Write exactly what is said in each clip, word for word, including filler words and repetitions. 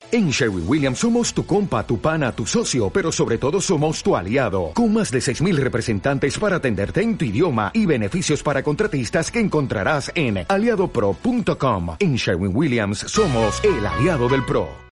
En Sherwin-Williams somos tu compa, tu pana, tu socio, pero sobre todo somos tu aliado, con más de seis mil representantes para atenderte en tu idioma y beneficios para contratistas que encontrarás en aliado pro punto com. En Sherwin-Williams somos el aliado del pro.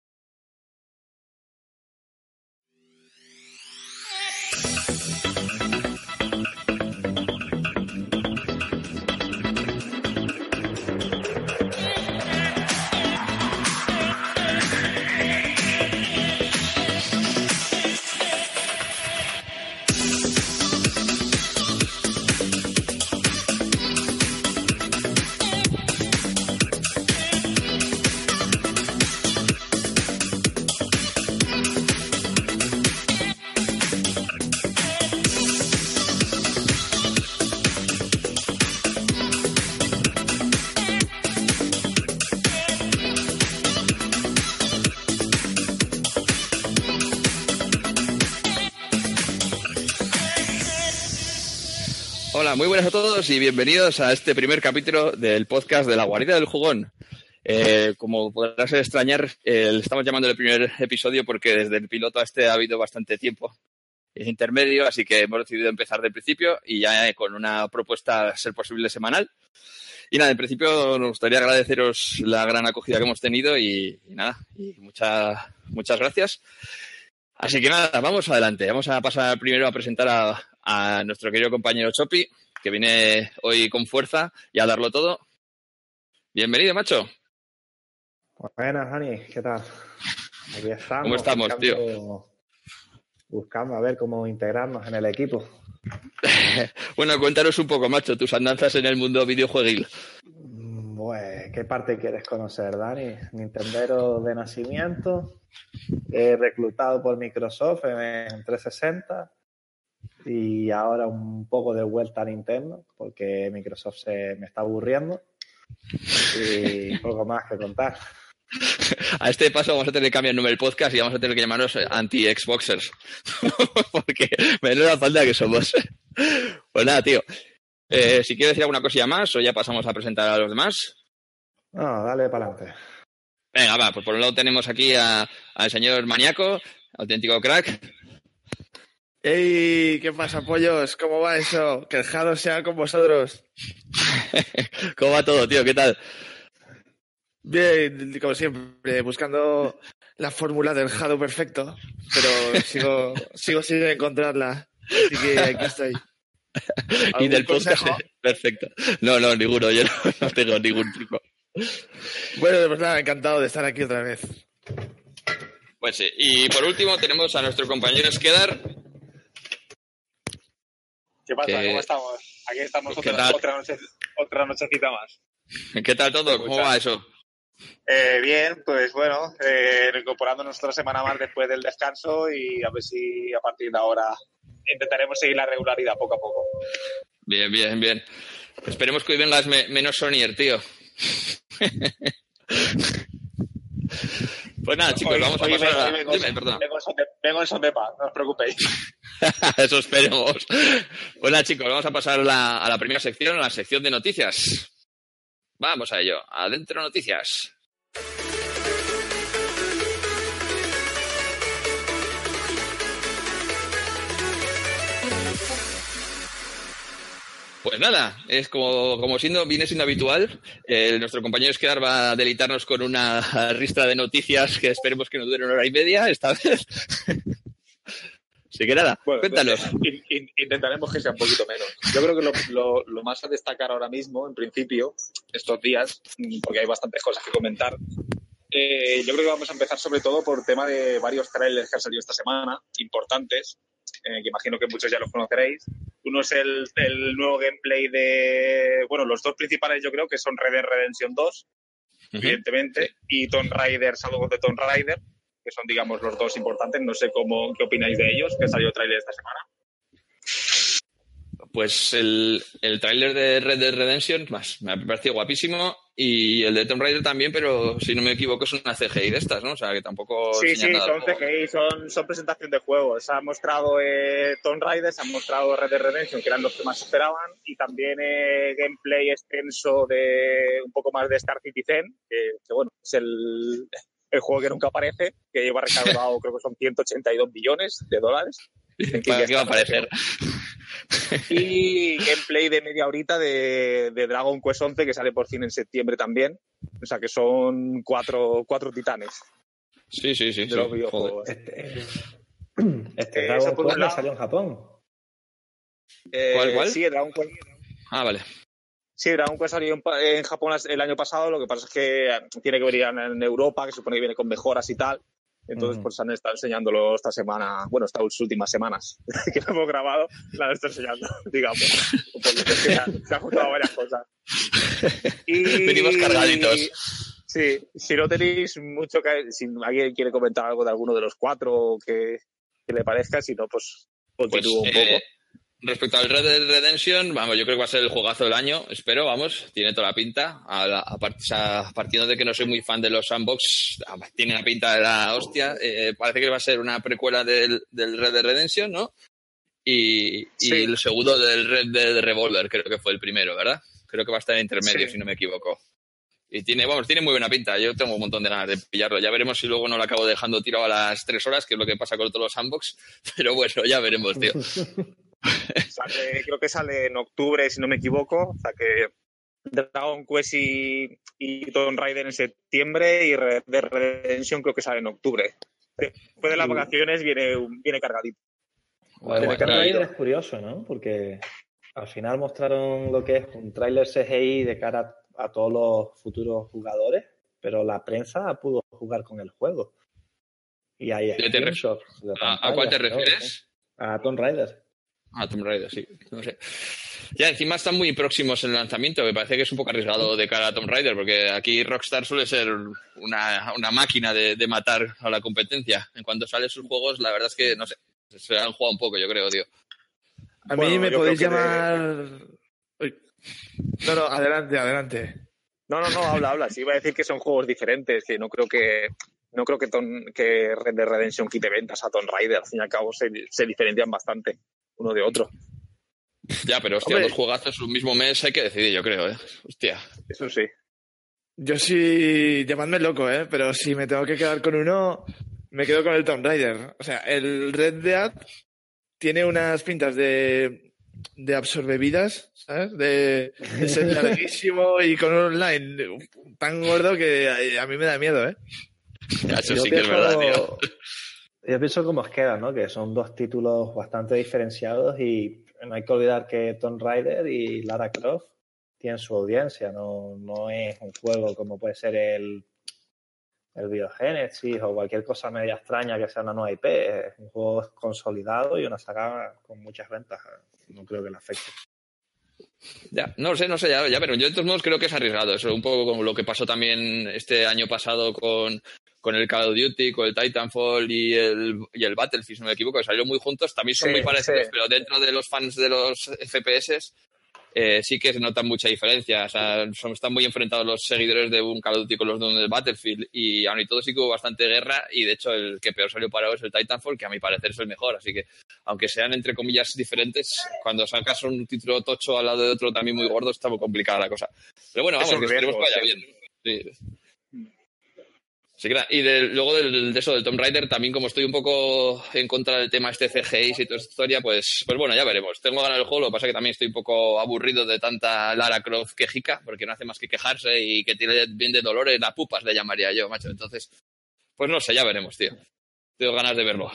Hola, muy buenas a todos y bienvenidos a este primer capítulo del podcast de La Guarida del Jugón. Eh, como podrás extrañar, eh, le estamos llamando el primer episodio porque desde el piloto a este ha habido bastante tiempo intermedio, así que hemos decidido empezar del principio y ya con una propuesta, a ser posible, semanal. Y nada, en principio nos gustaría agradeceros la gran acogida que hemos tenido y, y nada, y mucha, muchas gracias. Así que nada, vamos adelante. Vamos a pasar primero a presentar a, a nuestro querido compañero Chopi, que viene hoy con fuerza y a darlo todo. Bienvenido, macho. Buenas, Dani, ¿qué tal? Aquí estamos. ¿Cómo estamos, buscando, tío? Buscando a ver cómo integrarnos en el equipo. Bueno, cuéntanos un poco, macho, tus andanzas en el mundo videojueguil. Pues, ¿qué parte quieres conocer, Dani? Nintendero de nacimiento, eh, reclutado por Microsoft en trescientos sesenta y ahora un poco de vuelta a Nintendo porque Microsoft se me está aburriendo y poco más que contar. A este paso vamos a tener que cambiar el nombre del podcast y vamos a tener que llamarnos anti-Xboxers porque menuda falta que somos. Pues nada, tío. Eh, si quieres decir alguna cosilla más o ya pasamos a presentar a los demás. No, dale para adelante. Venga, va, pues por un lado tenemos aquí a, al señor Maniaco, auténtico crack. ¡Ey! ¿Qué pasa, pollos? ¿Cómo va eso? Que el Halo sea con vosotros. ¿Cómo va todo, tío? ¿Qué tal? Bien, como siempre, buscando la fórmula del Halo perfecto, pero sigo, sigo sin encontrarla. Así que aquí estoy. Y del podcast consejo? perfecto. No, no, ninguno, yo no, no tengo ningún tipo. Bueno, de verdad, encantado de estar aquí otra vez. Pues sí, y por último tenemos a nuestro compañero Esquedar. ¿Qué pasa? Que... ¿Cómo estamos? Aquí estamos ¿Qué otra, tal? otra, noche, otra nochecita más. ¿Qué tal todo? ¿Cómo va eso? Eh, bien, pues bueno, eh, incorporándonos otra semana más después del descanso y a ver si a partir de ahora intentaremos seguir la regularidad poco a poco. Bien, bien, bien. Esperemos que hoy vengas me- menos Sonier, tío. Pues nada, chicos, Hoy- vamos a hoy pasar vengo, a... hoy vengo, Dime, perdón. vengo en son de, vengo en son de paz, no os preocupéis. Eso esperemos. Pues nada, chicos, vamos a pasar la, a la primera sección, a la sección de noticias. Vamos a ello. Adentro noticias. Pues nada, es como, como siendo, viene siendo habitual, eh, nuestro compañero Esquedar va a deleitarnos con una ristra de noticias que esperemos que no dure una hora y media esta vez. Así que nada, Bueno, cuéntanos. in- in- intentaremos que sea un poquito menos. Yo creo que lo, lo, lo más a destacar ahora mismo, en principio, estos días, porque hay bastantes cosas que comentar, eh, yo creo que vamos a empezar sobre todo por tema de varios trailers que han salido esta semana, importantes, eh, que imagino que muchos ya los conoceréis. Uno es el, el nuevo gameplay de... Bueno, los dos principales yo creo que son Red Dead Redemption dos, Uh-huh. evidentemente, y Tomb Raider, Shadow of the Tomb Raider, que son, digamos, los dos importantes. No sé cómo, qué opináis de ellos, que salió tráiler esta semana. Pues el, el tráiler de Red Dead Redemption más, me ha parecido guapísimo y el de Tomb Raider también, pero si no me equivoco es una C G I de estas, ¿no? O sea, que tampoco Sí, enseñan sí, nada son del juego. C G I, son, son presentación de juegos. Se ha mostrado eh, Tomb Raider, se ha mostrado Red Dead Redemption, que eran los que más esperaban, y también eh, gameplay extenso de un poco más de Star Citizen, que, que bueno, es el, el juego que nunca aparece, que lleva recaudado creo que son ciento ochenta y dos billones de dólares. ¿Para qué va a aparecer? Y gameplay de media horita de, de Dragon Quest once que sale por fin en septiembre también. O sea que son cuatro, cuatro titanes. Sí, sí, sí. De sí. los videojuegos. Este, este Eh, Dragon eso por un Quest lado. salió en Japón. Eh, ¿Cuál, cuál? Sí, Dragon Quest. Ah, vale. Sí, Dragon Quest salió en, pa- en Japón el año pasado. Lo que pasa es que tiene que venir en Europa, que se supone que viene con mejoras y tal. Entonces, Ujú. pues han estado enseñándolo esta semana, bueno, estas últimas semanas que lo hemos grabado, la han estado enseñando, digamos. Porque es que se, ha- se han juntado varias cosas. Y... Venimos cargaditos. Sí, si no tenéis mucho que... Si alguien quiere comentar algo de alguno de los cuatro que, que le parezca, si no, pues Pues, continúo un eh, poco. respecto al Red Dead Redemption, vamos, yo creo que va a ser el juegazo del año, espero, vamos, tiene toda la pinta. A, la- a part- o sea, partiendo de que no soy muy fan de los sandbox, tiene la pinta de la hostia. Eh, parece que va a ser una precuela del, del Red Dead Redemption, ¿no? Y, y Sí. el segundo del Red Dead Revolver, creo que fue el primero, ¿verdad? Creo que va a estar en intermedio, Sí. si no me equivoco. Y tiene, vamos, tiene muy buena pinta. Yo tengo un montón de ganas de pillarlo. Ya veremos si luego no lo acabo dejando tirado a las tres horas, que es lo que pasa con todos los sandbox. Pero bueno, ya veremos, tío. Sale- creo que sale en octubre, si no me equivoco. O sea que Dragon Quest y, y Tomb Raider en septiembre y Red Dead Redemption creo que sale en octubre. Después de las vacaciones viene, viene cargadito. Bueno, Guay, Tomb guay. Raider es curioso, ¿no? Porque al final mostraron lo que es un tráiler C G I de cara a, a todos los futuros jugadores, pero la prensa pudo jugar con el juego. Y hay ¿Qué te ref- screenshots de ¿A, a cuál te pantallas, ¿no? refieres? A Tomb Raider. A Tomb Raider, sí. No sé. Ya, encima están muy próximos en el lanzamiento. Me parece que es un poco arriesgado de cara a Tomb Raider, porque aquí Rockstar suele ser una, una máquina de, de matar a la competencia. En cuanto salen sus juegos, la verdad es que, no sé, se han jugado un poco, yo creo, tío. A mí Bueno, me yo podéis creo que de- llamar... Uy. No, no, adelante, adelante. No, no, no, habla, habla. Sí, iba a decir que son juegos diferentes, que no creo que no creo que, Tom- que Red Dead Redemption quite ventas a Tomb Raider. Al fin y al cabo se, se diferencian bastante uno de otro. Ya, pero hostia, Hombre. dos juegazos un mismo mes hay que decidir, yo creo, ¿eh? Hostia. Eso sí. Yo sí, llamadme loco, ¿eh? Pero si me tengo que quedar con uno, me quedo con el Tomb Raider. O sea, el Red Dead tiene unas pintas de, de absorbevidas, ¿sabes? De, de ser larguísimo y con un online tan gordo que a, a mí me da miedo, ¿eh? Ya, eso Yo sí que es pienso- verdad, tío. Yo pienso como os queda, ¿no? Que son dos títulos bastante diferenciados y no hay que olvidar que Tomb Raider y Lara Croft tienen su audiencia, no, no es un juego como puede ser el, el Biogenesis o cualquier cosa media extraña que sea una nueva I P. Es un juego consolidado y una saga con muchas ventajas. No creo que le afecte. Ya, no sé, no sé, ya, ya, pero yo de todos modos creo que es arriesgado. Eso, un poco como lo que pasó también este año pasado con, con el Call of Duty, con el Titanfall y el, y el Battlefield, si no me equivoco, que salieron muy juntos. También son Sí, muy parecidos, sí. pero dentro de los fans de los F P S eh, sí que se nota mucha diferencia. O sea, son, están muy enfrentados los seguidores de un Call of Duty con los de un del Battlefield y aún y todo sí que hubo bastante guerra y de hecho el que peor salió parado es el Titanfall, que a mi parecer es el mejor. Así que aunque sean entre comillas diferentes, cuando sacas un título tocho al lado de otro también muy gordo está muy complicada la cosa. Pero bueno, vamos, Es un que esperemos que riesgo, vaya sí. bien. Sí. Sí, claro. Y de- luego del, de eso del Tomb Raider, también como estoy un poco en contra del tema este C G I y toda esta historia, pues, pues bueno, ya veremos. Tengo ganas del juego, lo que pasa es que también estoy un poco aburrido de tanta Lara Croft quejica, porque no hace más que quejarse y que tiene bien de dolores, la pupas le llamaría yo, macho. Entonces, pues no sé, ya veremos, tío. Tengo ganas de verlo.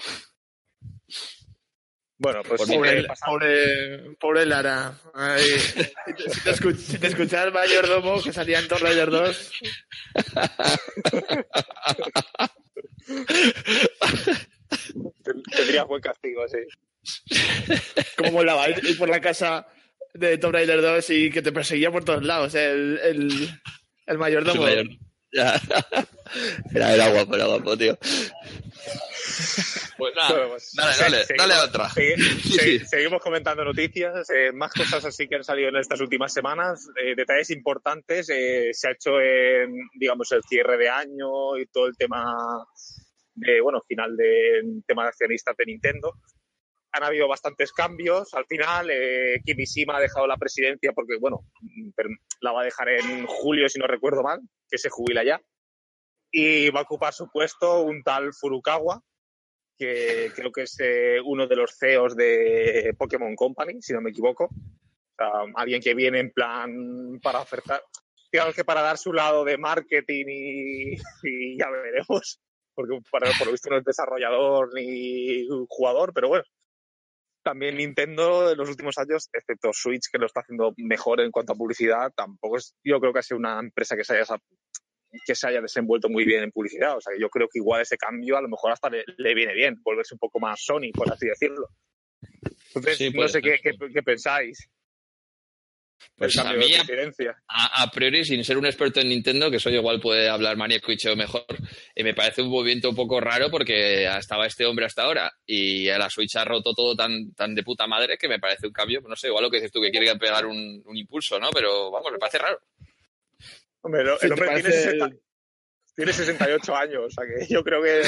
Bueno, pues Por sí, mi Pobre, que pasa- pobre, pobre Lara. Ay, si te, si te escu- si te escuchaba el mayordomo que salía en Tomb Raider dos, tendría buen castigo, sí. como molaba ir, ir por la casa de Tomb Raider dos y que te perseguía por todos lados el, el, el mayordomo. Mayor. Ya. Era, era guapo, era guapo, tío. Pues nada, Bueno, pues, dale, se- dale, seguimos- dale a otra. segui- Sí, se- sí. Seguimos comentando noticias, eh, más cosas así que han salido en estas últimas semanas, eh, detalles importantes. eh, se ha hecho, en, digamos, el cierre de año y todo el tema de, bueno, final del tema de accionistas de Nintendo. Han habido bastantes cambios. Al final, eh, Kimishima ha dejado la presidencia porque, bueno, pero la va a dejar en julio, si no recuerdo mal, que se jubila ya. y va a ocupar su puesto un tal Furukawa, que creo que es eh, uno de los C E Os de Pokémon Company, si no me equivoco. O sea, alguien que viene en plan para ofertar, digamos que para dar su lado de marketing y, y ya veremos, porque para, por lo visto no es desarrollador ni jugador, pero bueno. También Nintendo en los últimos años, excepto Switch, que lo está haciendo mejor en cuanto a publicidad, tampoco es, yo creo que ha sido una empresa que se haya que se haya desenvuelto muy bien en publicidad. O sea, yo creo que igual ese cambio a lo mejor hasta le, le viene bien, volverse un poco más Sony, por así decirlo. Entonces, sí, no sé qué, qué, qué pensáis. Pues a mí, a, a priori, sin ser un experto en Nintendo, que soy igual puede hablar Maniac Cuicheo mejor, eh, me parece un movimiento un poco raro porque estaba este hombre hasta ahora y a la Switch ha roto todo tan, tan de puta madre que me parece un cambio, no sé, igual lo que dices tú, que quiere pegar un, un impulso, ¿no? Pero vamos, me parece raro. Hombre, el, el hombre tiene, sesenta, tiene sesenta y ocho años, o sea que yo creo que...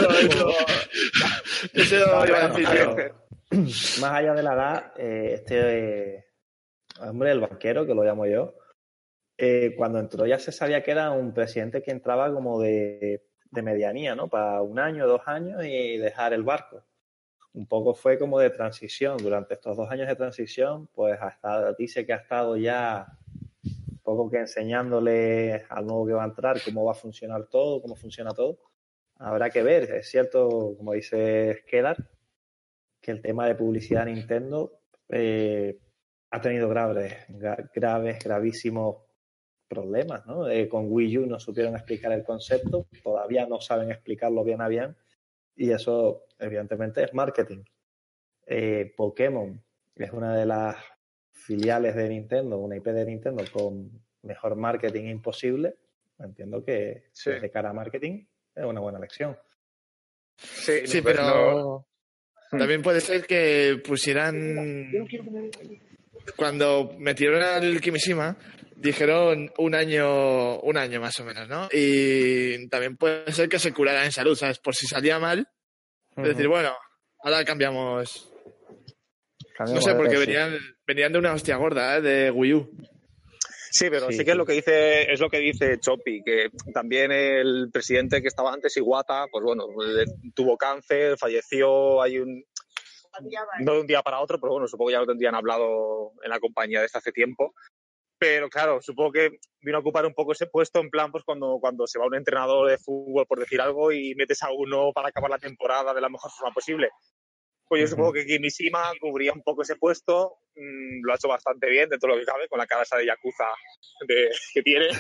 Más allá de la edad, eh, este... Eh, hombre, el banquero, que lo llamo yo, eh, cuando entró ya se sabía que era un presidente que entraba como de, de medianía, ¿no? Para un año, dos años y dejar el barco. Un poco fue como de transición. Durante estos dos años de transición, pues hasta dice que ha estado ya un poco que enseñándole al nuevo que va a entrar cómo va a funcionar todo, cómo funciona todo. Habrá que ver. Es cierto, como dice Skelar, que el tema de publicidad de Nintendo... Eh, ha tenido graves, graves, gravísimos problemas, ¿no? Eh, con Wii U no supieron explicar el concepto, todavía no saben explicarlo bien a bien, y eso, evidentemente, es marketing. Eh, Pokémon es una de las filiales de Nintendo, una I P de Nintendo con mejor marketing imposible. Entiendo que sí. De cara a marketing es una buena elección. Sí, sí, pero no... también puede ser que pusieran... Cuando metieron al Kimishima, dijeron un año, un año más o menos, ¿no? Y también puede ser que se curara en salud, ¿sabes? Por si salía mal. Uh-huh. Es decir, bueno, ahora cambiamos. cambiamos no sé, porque venían, venían de una hostia gorda, ¿eh? De Wii U. Sí, pero sí, sí que es lo que dice, es lo que dice Chopi, que también el presidente que estaba antes, Iwata, pues bueno, tuvo cáncer, falleció, hay un... no de un día para otro, pero bueno, supongo que ya lo tendrían hablado en la compañía desde hace tiempo. Pero claro, supongo que vino a ocupar un poco ese puesto en plan, pues cuando, cuando se va un entrenador de fútbol, por decir algo, y metes a uno para acabar la temporada de la mejor forma posible. Pues yo uh-huh. supongo que Kimishima cubría un poco ese puesto, mmm, lo ha hecho bastante bien, dentro de lo que cabe, con la cara esa de Yakuza de, que tiene.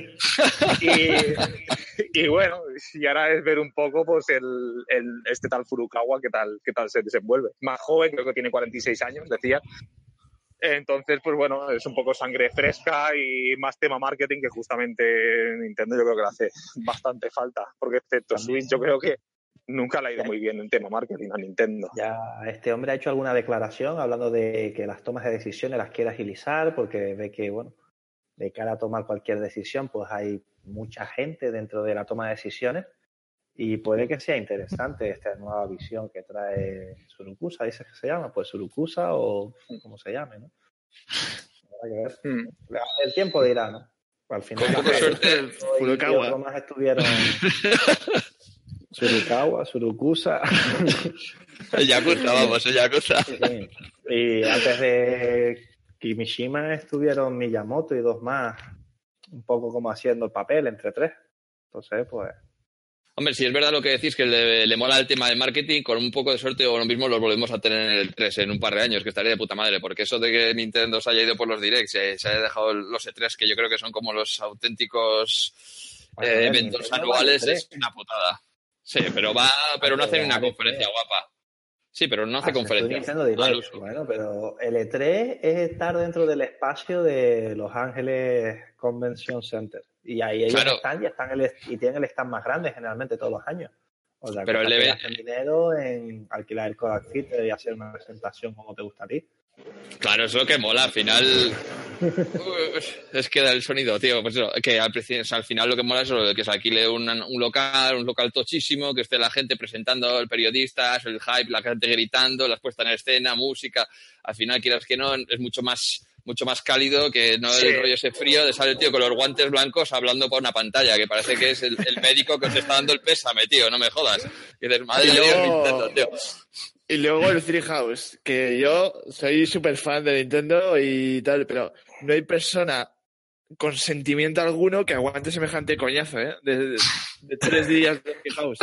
y, y bueno, y ahora es ver un poco pues el, el este tal Furukawa qué tal, qué tal se desenvuelve. Más joven, creo que tiene cuarenta y seis años, decía. Entonces, pues bueno, es un poco sangre fresca y más tema marketing que justamente Nintendo yo creo que le hace bastante falta, porque excepto Switch yo creo que nunca le ha ido muy bien en tema marketing a Nintendo. Ya este hombre ha hecho alguna declaración hablando de que las tomas de decisiones las quiere agilizar porque ve que, bueno, de cara a tomar cualquier decisión, pues hay mucha gente dentro de la toma de decisiones y puede que sea interesante esta nueva visión que trae Surukusa, dice que se llama, pues Surukusa o como se llame, ¿no? Habrá que ver. Mm. El tiempo dirá, ¿no? Al final, con poca suerte, Furukawa. Otros más estuvieron... Surukawa, Surukusa. El Yakuza, vamos, el Yakuza. Sí, sí. Y antes de Kimishima estuvieron Miyamoto y dos más, un poco como haciendo el papel entre tres. Entonces, pues... Hombre, si es verdad lo que decís, que le, le mola el tema del marketing, con un poco de suerte o lo mismo los volvemos a tener en el tres en un par de años, que estaría de puta madre, porque eso de que Nintendo se haya ido por los directs, eh, se haya dejado los E tres, que yo creo que son como los auténticos bueno, eh, eventos Nintendo anuales, es una putada. Sí, pero va, pero no hace una conferencia guapa. Sí, pero no hace ah, conferencia. Bueno, pero el E tres es estar dentro del espacio de Los Ángeles Convention Center. Y ahí ellos claro. están y están el, y tienen el stand más grande generalmente todos los años. O sea, pero que el gastan dinero en alquilar el Kodak Theater y hacer una presentación como te gusta a ti. Claro, es lo que mola. Al final es que da el sonido, tío. Pues eso, que al, o sea, al final lo que mola es eso, que se alquile un, un local, un local tochísimo, que esté la gente presentando, el periodista, el hype, la gente gritando, las puestas en escena, música. Al final, quieras que no, es mucho más mucho más cálido, que no Sí. el rollo ese frío de sale el tío con los guantes blancos hablando por una pantalla, que parece que es el, el médico que os está dando el pésame, tío, no me jodas. Y dices, madre Y de Dios, luego- Nintendo, tío. Y luego el Three House, que yo soy súper fan de Nintendo y tal, pero no hay persona con sentimiento alguno que aguante semejante coñazo, ¿eh? De, de- de tres días de Three House.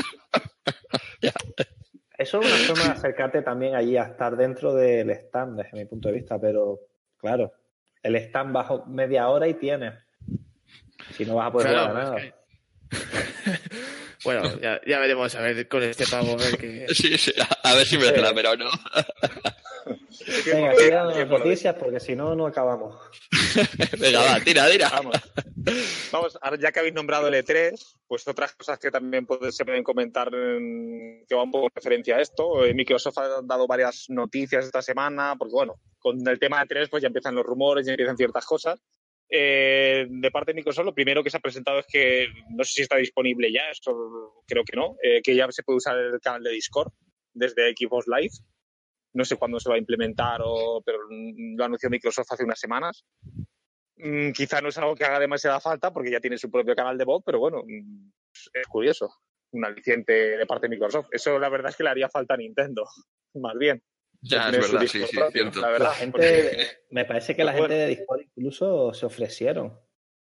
Eso es una forma de acercarte también allí a estar dentro del stand, desde mi punto de vista, pero claro, el stand bajo media hora y tienes. Si no vas a poder Claro, jugar a nada. es que- Bueno, ya, ya veremos a ver con este pago, a ver qué... Sí, sí, a, a ver si merece la pena o no. Venga, sigan las noticias porque si no, no acabamos. Venga, va, tira, tira. Vamos. Vamos, ahora ya que habéis nombrado el E tres, pues otras cosas que también puede- se pueden comentar en- que van un poco en referencia a esto. Eh, Microsoft ha dado varias noticias esta semana, porque bueno, con el tema de E tres pues ya empiezan los rumores, ya empiezan ciertas cosas. Eh, de parte de Microsoft, lo primero que se ha presentado es que, no sé si está disponible ya, esto creo que no, eh, que ya se puede usar el canal de Discord desde Xbox Live. No sé cuándo se va a implementar, o, pero lo anunció Microsoft hace unas semanas. Mm, quizá no es algo que haga demasiada falta porque ya tiene su propio canal de voz, pero bueno, mm, es curioso. Un aliciente de parte de Microsoft. Eso la verdad es que le haría falta a Nintendo, más bien. Ya, es Tener su verdad, sí, Discord sí, propio, cierto. la verdad, La gente, porque- me parece que la Bueno. gente de Discord incluso se ofrecieron.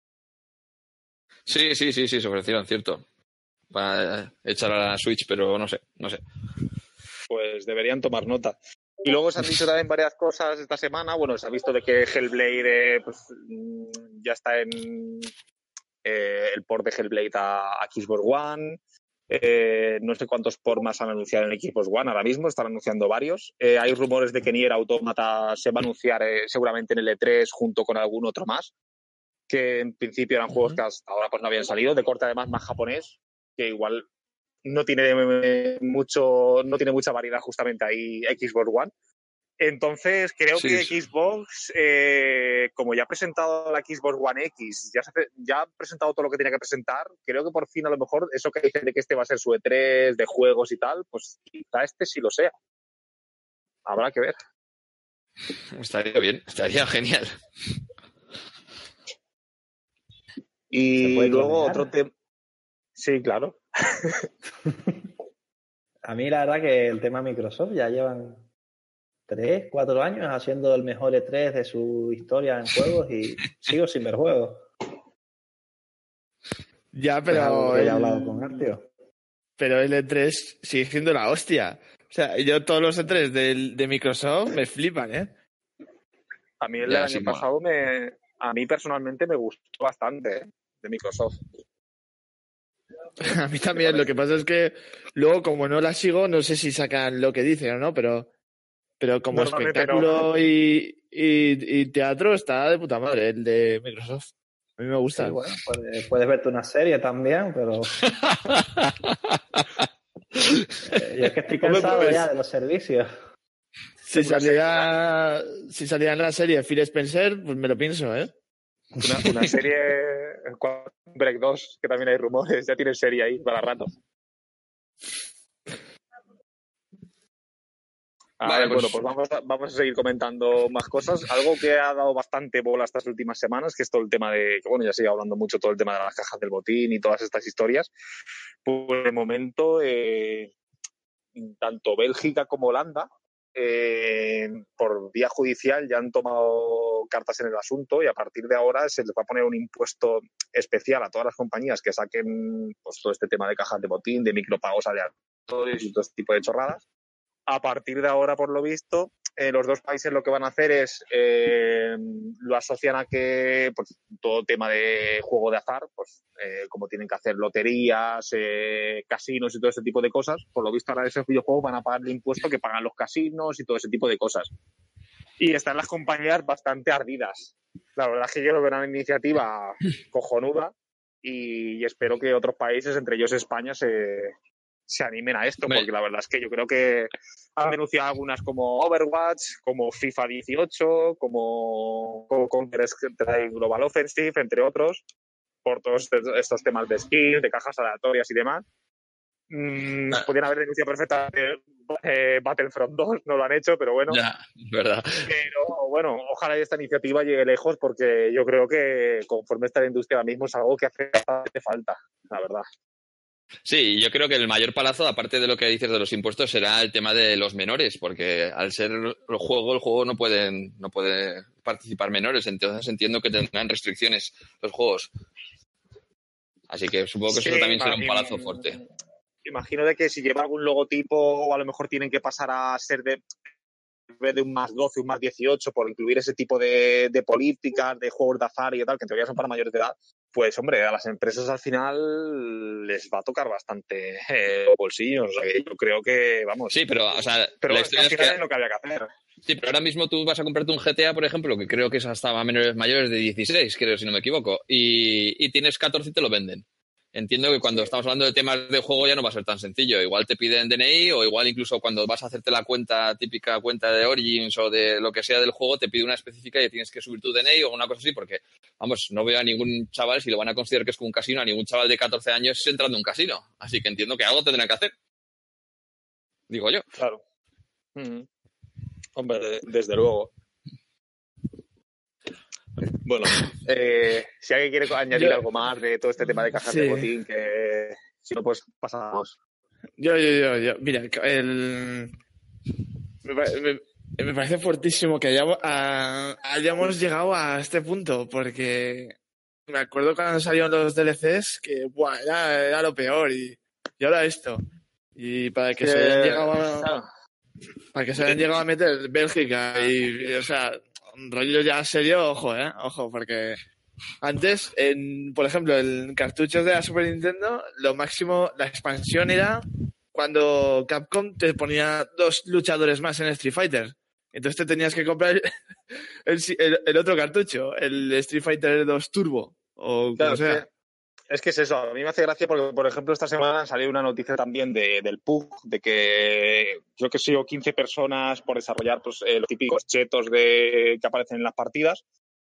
Sí, sí, sí, sí, se ofrecieron, cierto. Para echar a la Switch, pero no sé, no sé. pues deberían tomar nota. Y luego se han dicho también varias cosas esta semana. Bueno, se ha visto de que Hellblade eh, pues, mm, ya está en eh, el port de Hellblade a, a Xbox One. Eh, no sé cuántos ports más han anunciado en Xbox One ahora mismo, están anunciando varios. Eh, hay rumores de que Nier Automata se va a anunciar eh, seguramente en el E tres junto con algún otro más, que en principio eran juegos que hasta ahora pues no habían salido, de corte además más japonés, que igual no tiene eh, mucho, no tiene mucha variedad justamente ahí Xbox One. Entonces creo Sí, que sí. Xbox, eh, como ya ha presentado la Xbox One X, ya, se, ya ha presentado todo lo que tenía que presentar, creo que por fin a lo mejor eso que dicen de que este va a ser su E tres de juegos y tal, pues quizá este sí lo sea. Habrá que ver. Estaría bien, estaría genial. ¿Se Y puede luego clonear? otro tema. Sí, claro. A mí la verdad que el tema Microsoft ya llevan tres, cuatro años haciendo el mejor E tres de su historia en juegos y sigo sin ver juegos. Ya, Es algo pero... que ya he el- hablado con Artio. Pero el E tres sigue siendo la hostia. O sea, yo todos los E tres del- de Microsoft me flipan, ¿eh? A mí el Ya, año sí, mola. pasado me, a mí personalmente me gustó bastante, ¿eh? De Microsoft. A mí también. Lo que pasa es que luego, como no la sigo, no sé si sacan lo que dicen o no, pero, pero como Normalmente espectáculo y, y, y teatro está de puta madre el de Microsoft. A mí me gusta. Sí, bueno, puedes, puedes verte una serie también, pero eh, yo es que estoy Hombre, cansado pues- ya de los servicios. Si Una saliera, si saliera en la serie Phil Spencer, pues me lo pienso, ¿eh? Una, una serie, Quantum Break dos, que también hay rumores, ya tienen serie ahí para rato. A Vale, ver, pues- bueno, pues vamos a, vamos a seguir comentando más cosas. Algo que ha dado bastante bola estas últimas semanas, que es todo el tema de, que bueno, ya sigue hablando mucho todo el tema de las cajas del botín y todas estas historias. Pues de momento, eh, tanto Bélgica como Holanda, eh, por vía judicial ya han tomado cartas en el asunto y a partir de ahora se les va a poner un impuesto especial a todas las compañías que saquen pues, todo este tema de cajas de botín, de micropagos aleatorios y todo este tipo de chorradas. A partir de ahora, por lo visto, eh, los dos países lo que van a hacer es eh, lo asocian a que pues, todo tema de juego de azar, pues eh, como tienen que hacer loterías, eh, casinos y todo ese tipo de cosas, por lo visto ahora esos videojuegos van a pagar el impuesto que pagan los casinos y todo ese tipo de cosas. Y están las compañías bastante ardidas. La verdad es que yo lo veo una iniciativa cojonuda y espero que otros países, entre ellos España, se, se animen a esto, Hombre. porque la verdad es que yo creo que han denunciado algunas como Overwatch, como FIFA dieciocho, como, como Counter-Strike Global Offensive, entre otros, por todos estos- estos temas de skills, de cajas aleatorias y demás. Mm, Ah. podrían haber denunciado perfectamente, eh, Battlefront dos, no lo han hecho, pero bueno. Ya, verdad. Pero bueno, ojalá esta iniciativa llegue lejos porque yo creo que conforme está la industria ahora mismo es algo que hace bastante falta, la verdad. Sí, yo creo que el mayor palazo, aparte de lo que dices de los impuestos, será el tema de los menores, porque al ser el juego, el juego no pueden, no puede participar menores, entonces entiendo que tendrán restricciones los juegos. Así que supongo que Sí, eso también será un im- palazo fuerte. Imagino de que si lleva algún logotipo o a lo mejor tienen que pasar a ser de, en vez de un más doce, un más dieciocho, por incluir ese tipo de, de políticas, de juegos de azar y tal, que en teoría son para mayores de edad, pues hombre, a las empresas al final les va a tocar bastante eh, los bolsillos. O sea, que yo creo que, vamos... Sí, pero, o sea, Pero la bueno, es que historia al es final que... es lo que había que hacer. Sí, pero ahora mismo tú vas a comprarte un G T A, por ejemplo, que creo que es hasta a menores mayores de dieciséis, creo, si no me equivoco, y, y tienes catorce y te lo venden. Entiendo que cuando estamos hablando de temas de juego ya no va a ser tan sencillo. Igual te piden D N I o igual incluso cuando vas a hacerte la cuenta, típica cuenta de Origins o de lo que sea del juego, te pide una específica y tienes que subir tu D N I o una cosa así, porque, vamos, no veo a ningún chaval, si lo van a considerar que es como un casino, a ningún chaval de catorce años entrando en un casino. Así que entiendo que algo tendrán que hacer. Digo yo. Claro. Mm. Hombre, de- desde luego. Bueno, eh, si alguien quiere añadir Yo- algo más de todo este tema de cajas Sí. de botín, que si no, pues pasamos. Yo, yo, yo, yo. Mira, el... me, pa- me- me parece fuertísimo que hayamos, a- hayamos llegado a este punto, porque me acuerdo cuando salieron los D L Cs que buah, era, era lo peor y, y ahora esto. Y para que se hayan llegado a, Claro. para que se hayan llegado a meter Bélgica y, y, o sea, un rollo ya serio, ojo, eh, ojo, porque antes, en, por ejemplo, en cartuchos de la Super Nintendo, lo máximo, la expansión era cuando Capcom te ponía dos luchadores más en Street Fighter. Entonces te tenías que comprar el, el- el otro cartucho, el Street Fighter dos Turbo, o Claro, como es sea. que, es que es eso. A mí me hace gracia porque, por ejemplo, esta semana salió una noticia también de, del P U C, de que creo que han sido quince personas por desarrollar pues, eh, los típicos chetos de, que aparecen en las partidas,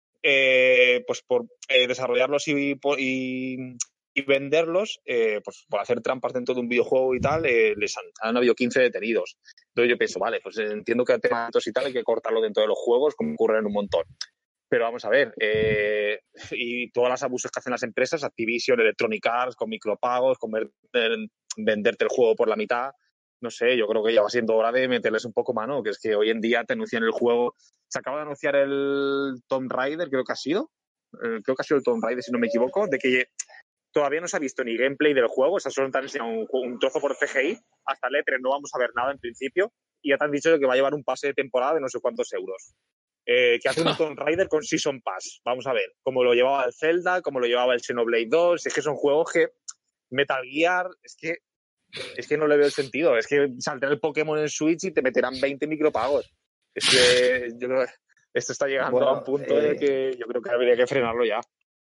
eh, pues por eh, desarrollarlos y, y, y venderlos, eh, pues por hacer trampas dentro de un videojuego y tal, eh, les han, han habido quince detenidos. Entonces yo pienso, vale, pues entiendo que a temas y tal hay que cortarlo dentro de los juegos, como ocurre en un montón. Pero vamos a ver, eh, y todos los abusos que hacen las empresas, Activision, Electronic Arts, con micropagos, con ver- venderte el juego por la mitad, no sé, yo creo que ya va siendo hora de meterles un poco mano, que es que hoy en día te anuncian el juego. Se acaba de anunciar el Tomb Raider, creo que ha sido, eh, creo que ha sido el Tomb Raider, si no me equivoco, de que todavía no se ha visto ni gameplay del juego, o sea, solo te han enseñado un, un trozo por C G I, hasta el E tres no vamos a ver nada en principio, y ya te han dicho que va a llevar un pase de temporada de no sé cuántos euros. Eh, que hace un Tomb Raider con Season Pass. Vamos a ver, como lo llevaba el Zelda, como lo llevaba el Xenoblade dos, es que son juegos que Metal Gear, es que es que no le veo el sentido, es que saldrá el Pokémon en Switch y te meterán veinte micropagos. Es que yo creo que esto está llegando Bueno, a un punto eh, de que yo creo que habría que frenarlo ya.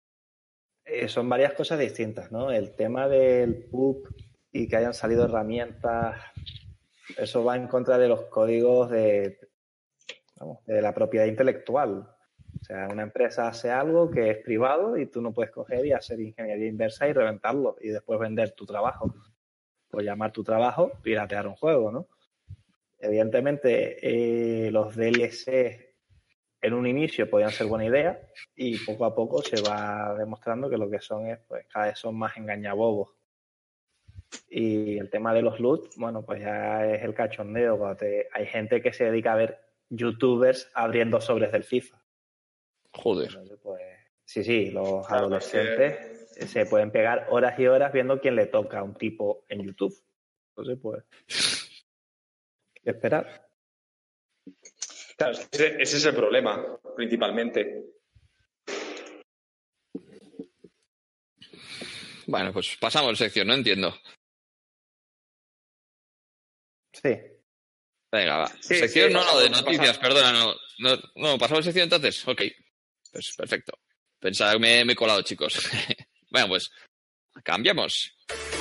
Eh, son varias cosas distintas, ¿no? El tema del P U B y que hayan salido herramientas, eso va en contra de los códigos de, vamos, de la propiedad intelectual. O sea, una empresa hace algo que es privado y tú no puedes coger y hacer ingeniería inversa y reventarlo y después vender tu trabajo. Pues llamar tu trabajo piratear un juego, ¿no? Evidentemente, eh, los D L C en un inicio podían ser buena idea y poco a poco se va demostrando que lo que son es, pues cada vez son más engañabobos. Y el tema de los loot, bueno, pues ya es el cachondeo. Cuando te, hay gente que se dedica a ver youtubers abriendo sobres del FIFA. Joder. Entonces, pues, sí, sí, los Claro, adolescentes se pueden pegar horas y horas viendo quién le toca a un tipo en YouTube. Entonces, pues, ¿qué esperar? Claro, ese, ese es el problema, principalmente. Bueno, pues pasamos sección, no entiendo. Sí. Venga, va. Sí, sección sí, no, no, pasamos, de noticias, pasamos. perdona, no, no, no, pasamos sección entonces, ok. Pues perfecto. Pensaba que me, me he colado, chicos. Bueno, pues cambiamos.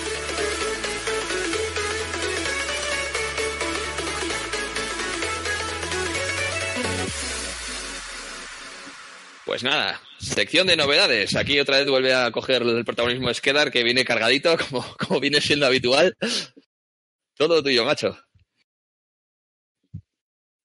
Pues nada, sección de novedades. Aquí otra vez vuelve a coger el protagonismo Skedar, que viene cargadito, como, como viene siendo habitual. Todo tuyo, macho.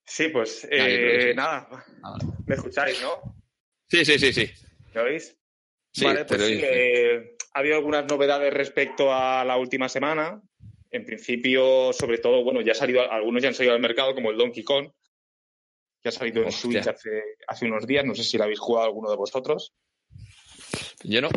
Sí, pues eh, nada, nada, me escucháis, ¿no? Sí, sí, sí, sí. ¿Me oís? Sí, vale, pues sí, oís, eh, ha habido algunas novedades respecto a la última semana. En principio, sobre todo, bueno, ya ha salido, algunos ya han salido al mercado, como el Donkey Kong, que ha salido en Hostia. Switch hace, hace unos días. No sé si lo habéis jugado alguno de vosotros. Yo no.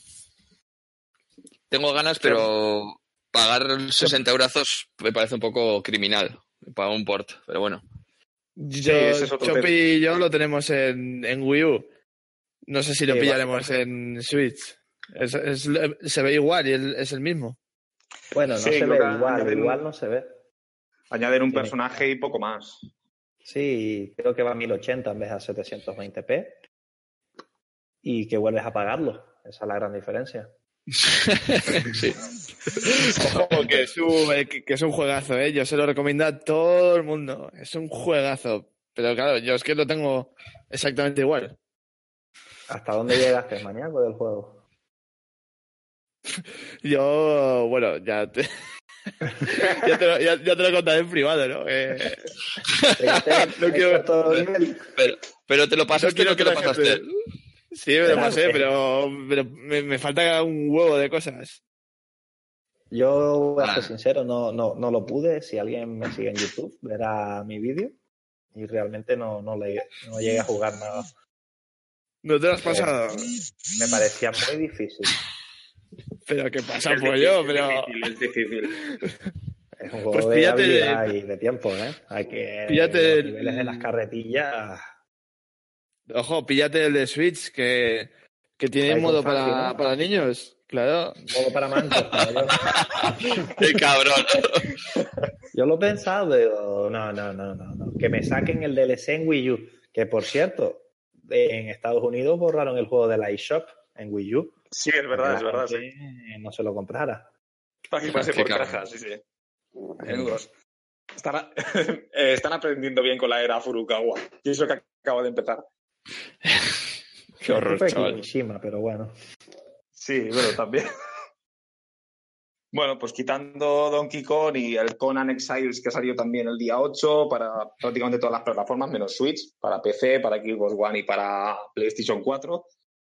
Tengo ganas, pero pagar sesenta eurazos me parece un poco criminal para un port, pero bueno. Yo, Sí, ese es otro Chopi tema. y yo lo tenemos en, en Wii U. No sé si lo Sí, pillaremos vale. en Switch. Es, es- se ve igual y el- es el mismo. Bueno, no Sí, se creo ve que igual, añaden, igual no se ve. añaden un Tiene- personaje y poco más. Sí, creo que va a mil ochenta en vez de a setecientos veinte p y que vuelves a pagarlo. Esa es la gran diferencia. Sí. Ojo, que es, un, eh, que, que es un juegazo, ¿eh? Yo se lo recomiendo a todo el mundo. Es un juegazo. Pero claro, yo es que lo tengo exactamente igual. ¿Hasta dónde llegaste, maníaco, del juego? Yo, bueno, ya te, ya te, lo, ya, ya te lo contaré en privado, ¿no? Eh, Llegaste no a quiero- todo nivel. Pero, pero te lo pasaste, no no, quiero te que lo la pasaste. gente- Sí, me lo Verás, pasé, eh. pero, pero me, me falta un huevo de cosas. Yo voy a ser Ah. sincero, no, no, no lo pude. Si alguien me sigue en YouTube, verá mi vídeo. Y realmente no, no, le, no llegué a jugar nada. ¿No te lo has Eh, pasado? Me parecía muy difícil. Pero ¿qué pasa, Es pollo? difícil, Pero... es difícil, es difícil. Es un juego Pues de píllate habilidad de- y de tiempo, ¿eh? Hay que... Píllate los el- niveles de las carretillas... Ojo, píllate el de Switch, que, que tiene Ahí con modo Funky, para, ¿no? para niños. Claro. Modo para mancos, como yo. ¡Qué cabrón! Yo lo he pensado, digo, no, no, no, no, no. Que me saquen el D L C en Wii U. Que, por cierto, en Estados Unidos borraron el juego de la eShop en Wii U. Sí, es verdad, es verdad, sí. No se lo comprara. Para que pase Qué por cabrón. cajas, sí, sí. Menudos. Están, a- eh, están aprendiendo bien con la era Furukawa. Y eso que acaba de empezar. Qué horror, Fue chaval. Kimishima, pero bueno. Sí, bueno, también. Bueno, pues quitando Donkey Kong y el Conan Exiles, que ha salido también el día ocho para prácticamente todas las plataformas, menos Switch, para P C, para Xbox One y para PlayStation cuatro.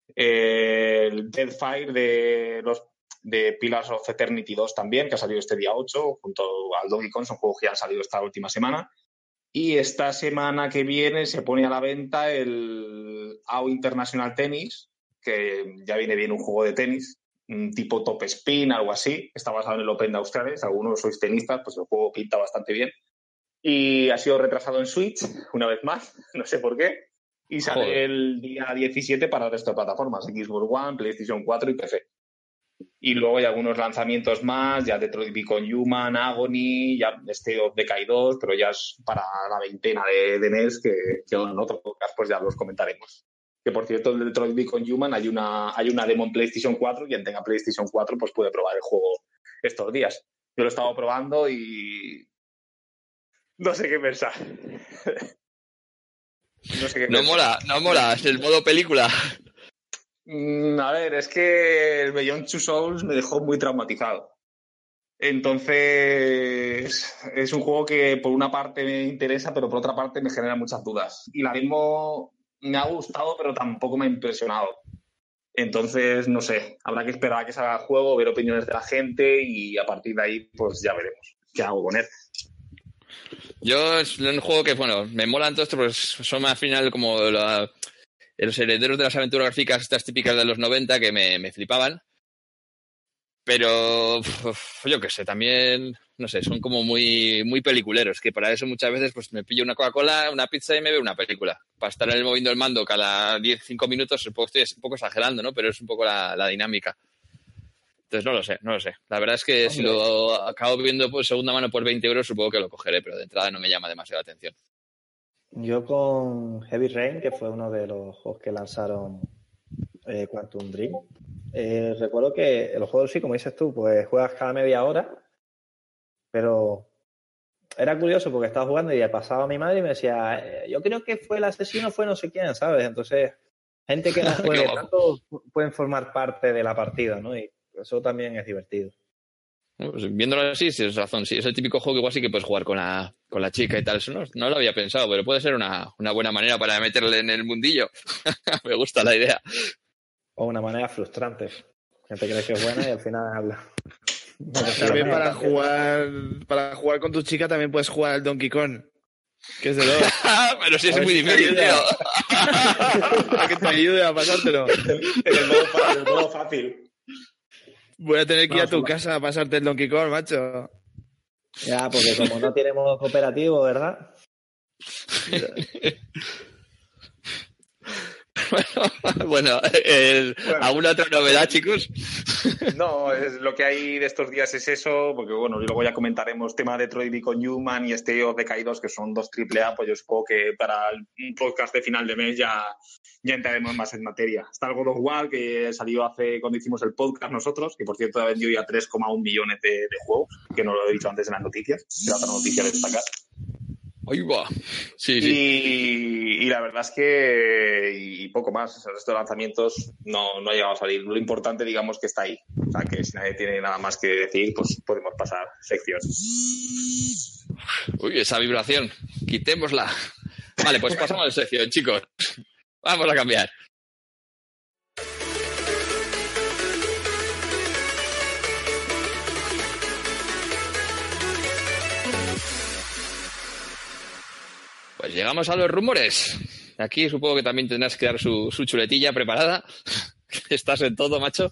Eh, el Deadfire de los de Pillars of Eternity dos también, que ha salido este día ocho, junto al Donkey Kong, son juegos que ya han salido esta última semana. Y esta semana que viene se pone a la venta el A O International Tennis, que ya viene bien un juego de tenis, un tipo Top Spin, algo así. Está basado en el Open de Australia. Si algunos sois tenistas, pues el juego pinta bastante bien. Y ha sido retrasado en Switch, una vez más, no sé por qué. Y sale Joder. el día diecisiete para el resto de plataformas, Xbox One, PlayStation cuatro y P C. Y luego hay algunos lanzamientos más, ya Detroit Become Human, Agony, ya State of Decay dos, pero ya es para la veintena de, de mes que, que en otro podcast pues ya los comentaremos. Que por cierto, el Detroit Become Human hay una, hay una demo en PlayStation cuatro, quien tenga PlayStation cuatro pues puede probar el juego estos días. Yo lo he estado probando y no sé qué pensar. No sé qué No pensar. mola, no mola. Es el modo película. Mm, a ver, es que el Beyond Two Souls me dejó muy traumatizado. Entonces, es un juego que por una parte me interesa, pero por otra parte me genera muchas dudas. Y la demo me ha gustado, pero tampoco me ha impresionado. Entonces, no sé, habrá que esperar a que salga el juego, ver opiniones de la gente y a partir de ahí, pues ya veremos qué hago con él. Yo es un juego que, bueno, me molan todo esto, pues son al final como la- los herederos de las aventuras gráficas estas típicas de los noventa que me, me flipaban. Pero, uf, yo qué sé, también, no sé, son como muy, muy peliculeros, que para eso muchas veces pues me pillo una Coca-Cola, una pizza y me veo una película. Para estar en el moviendo el mando cada diez, cinco minutos, un poco, estoy un poco exagerando, ¿no? Pero es un poco la, la dinámica. Entonces no lo sé, no lo sé. La verdad es que Hombre. si lo acabo viendo por segunda mano por veinte euros, supongo que lo cogeré, pero de entrada no me llama demasiado la atención. Yo con Heavy Rain, que fue uno de los juegos que lanzaron eh, Quantum Dream, eh, recuerdo que el juego sí, como dices tú, pues juegas cada media hora, pero era curioso porque estaba jugando y pasaba a mi madre y me decía, eh, yo creo que fue el asesino, fue no sé quién, ¿sabes? Entonces, gente que no Qué juegue guapo. tanto pueden formar parte de la partida, ¿no? Y eso también es divertido. Bueno, pues viéndolo así, sí es razón. Sí, es el típico juego que igual sí que puedes jugar con la, con la chica y tal. Eso no, no lo había pensado, pero puede ser una, una buena manera para meterle en el mundillo. Me gusta la idea. O una manera frustrante. Que te crees que es buena y al final habla. También para jugar, para jugar con tu chica también puedes jugar al Donkey Kong. Que es de dos. Pero sí es muy difícil, tío. Que te ayude a pasártelo. En el modo fácil. En el modo fácil. Voy a tener que ir No, a tu solo- casa a pasarte el Donkey Kong, macho. Ya, porque como no tiene modo cooperativo, ¿verdad? Bueno, el- Bueno. ¿alguna otra novedad, chicos? No, es, lo que hay de estos días es eso, porque bueno, y luego ya comentaremos tema de Detroit Become Human y State of Decay dos, que son dos triple A, pues yo supongo que para el un podcast de final de mes ya, ya entraremos más en materia. Está el God of War, que salió hace cuando hicimos el podcast nosotros, que por cierto ha vendido ya tres coma uno millones de, de juegos, que no lo he dicho antes en las noticias, era otra noticia de destacar. Ahí va. Sí, sí. Y, y la verdad es que y poco más. El resto de lanzamientos no, no ha llegado a salir. Lo importante, digamos, que está ahí. O sea, que si nadie tiene nada más que decir, pues podemos pasar sección. Uy, esa vibración. Quitémosla. Vale, pues pasamos a la sección, chicos. Vamos a cambiar. Pues llegamos a los rumores. Aquí supongo que también tendrás que dar su, su chuletilla preparada. Estás en todo, macho.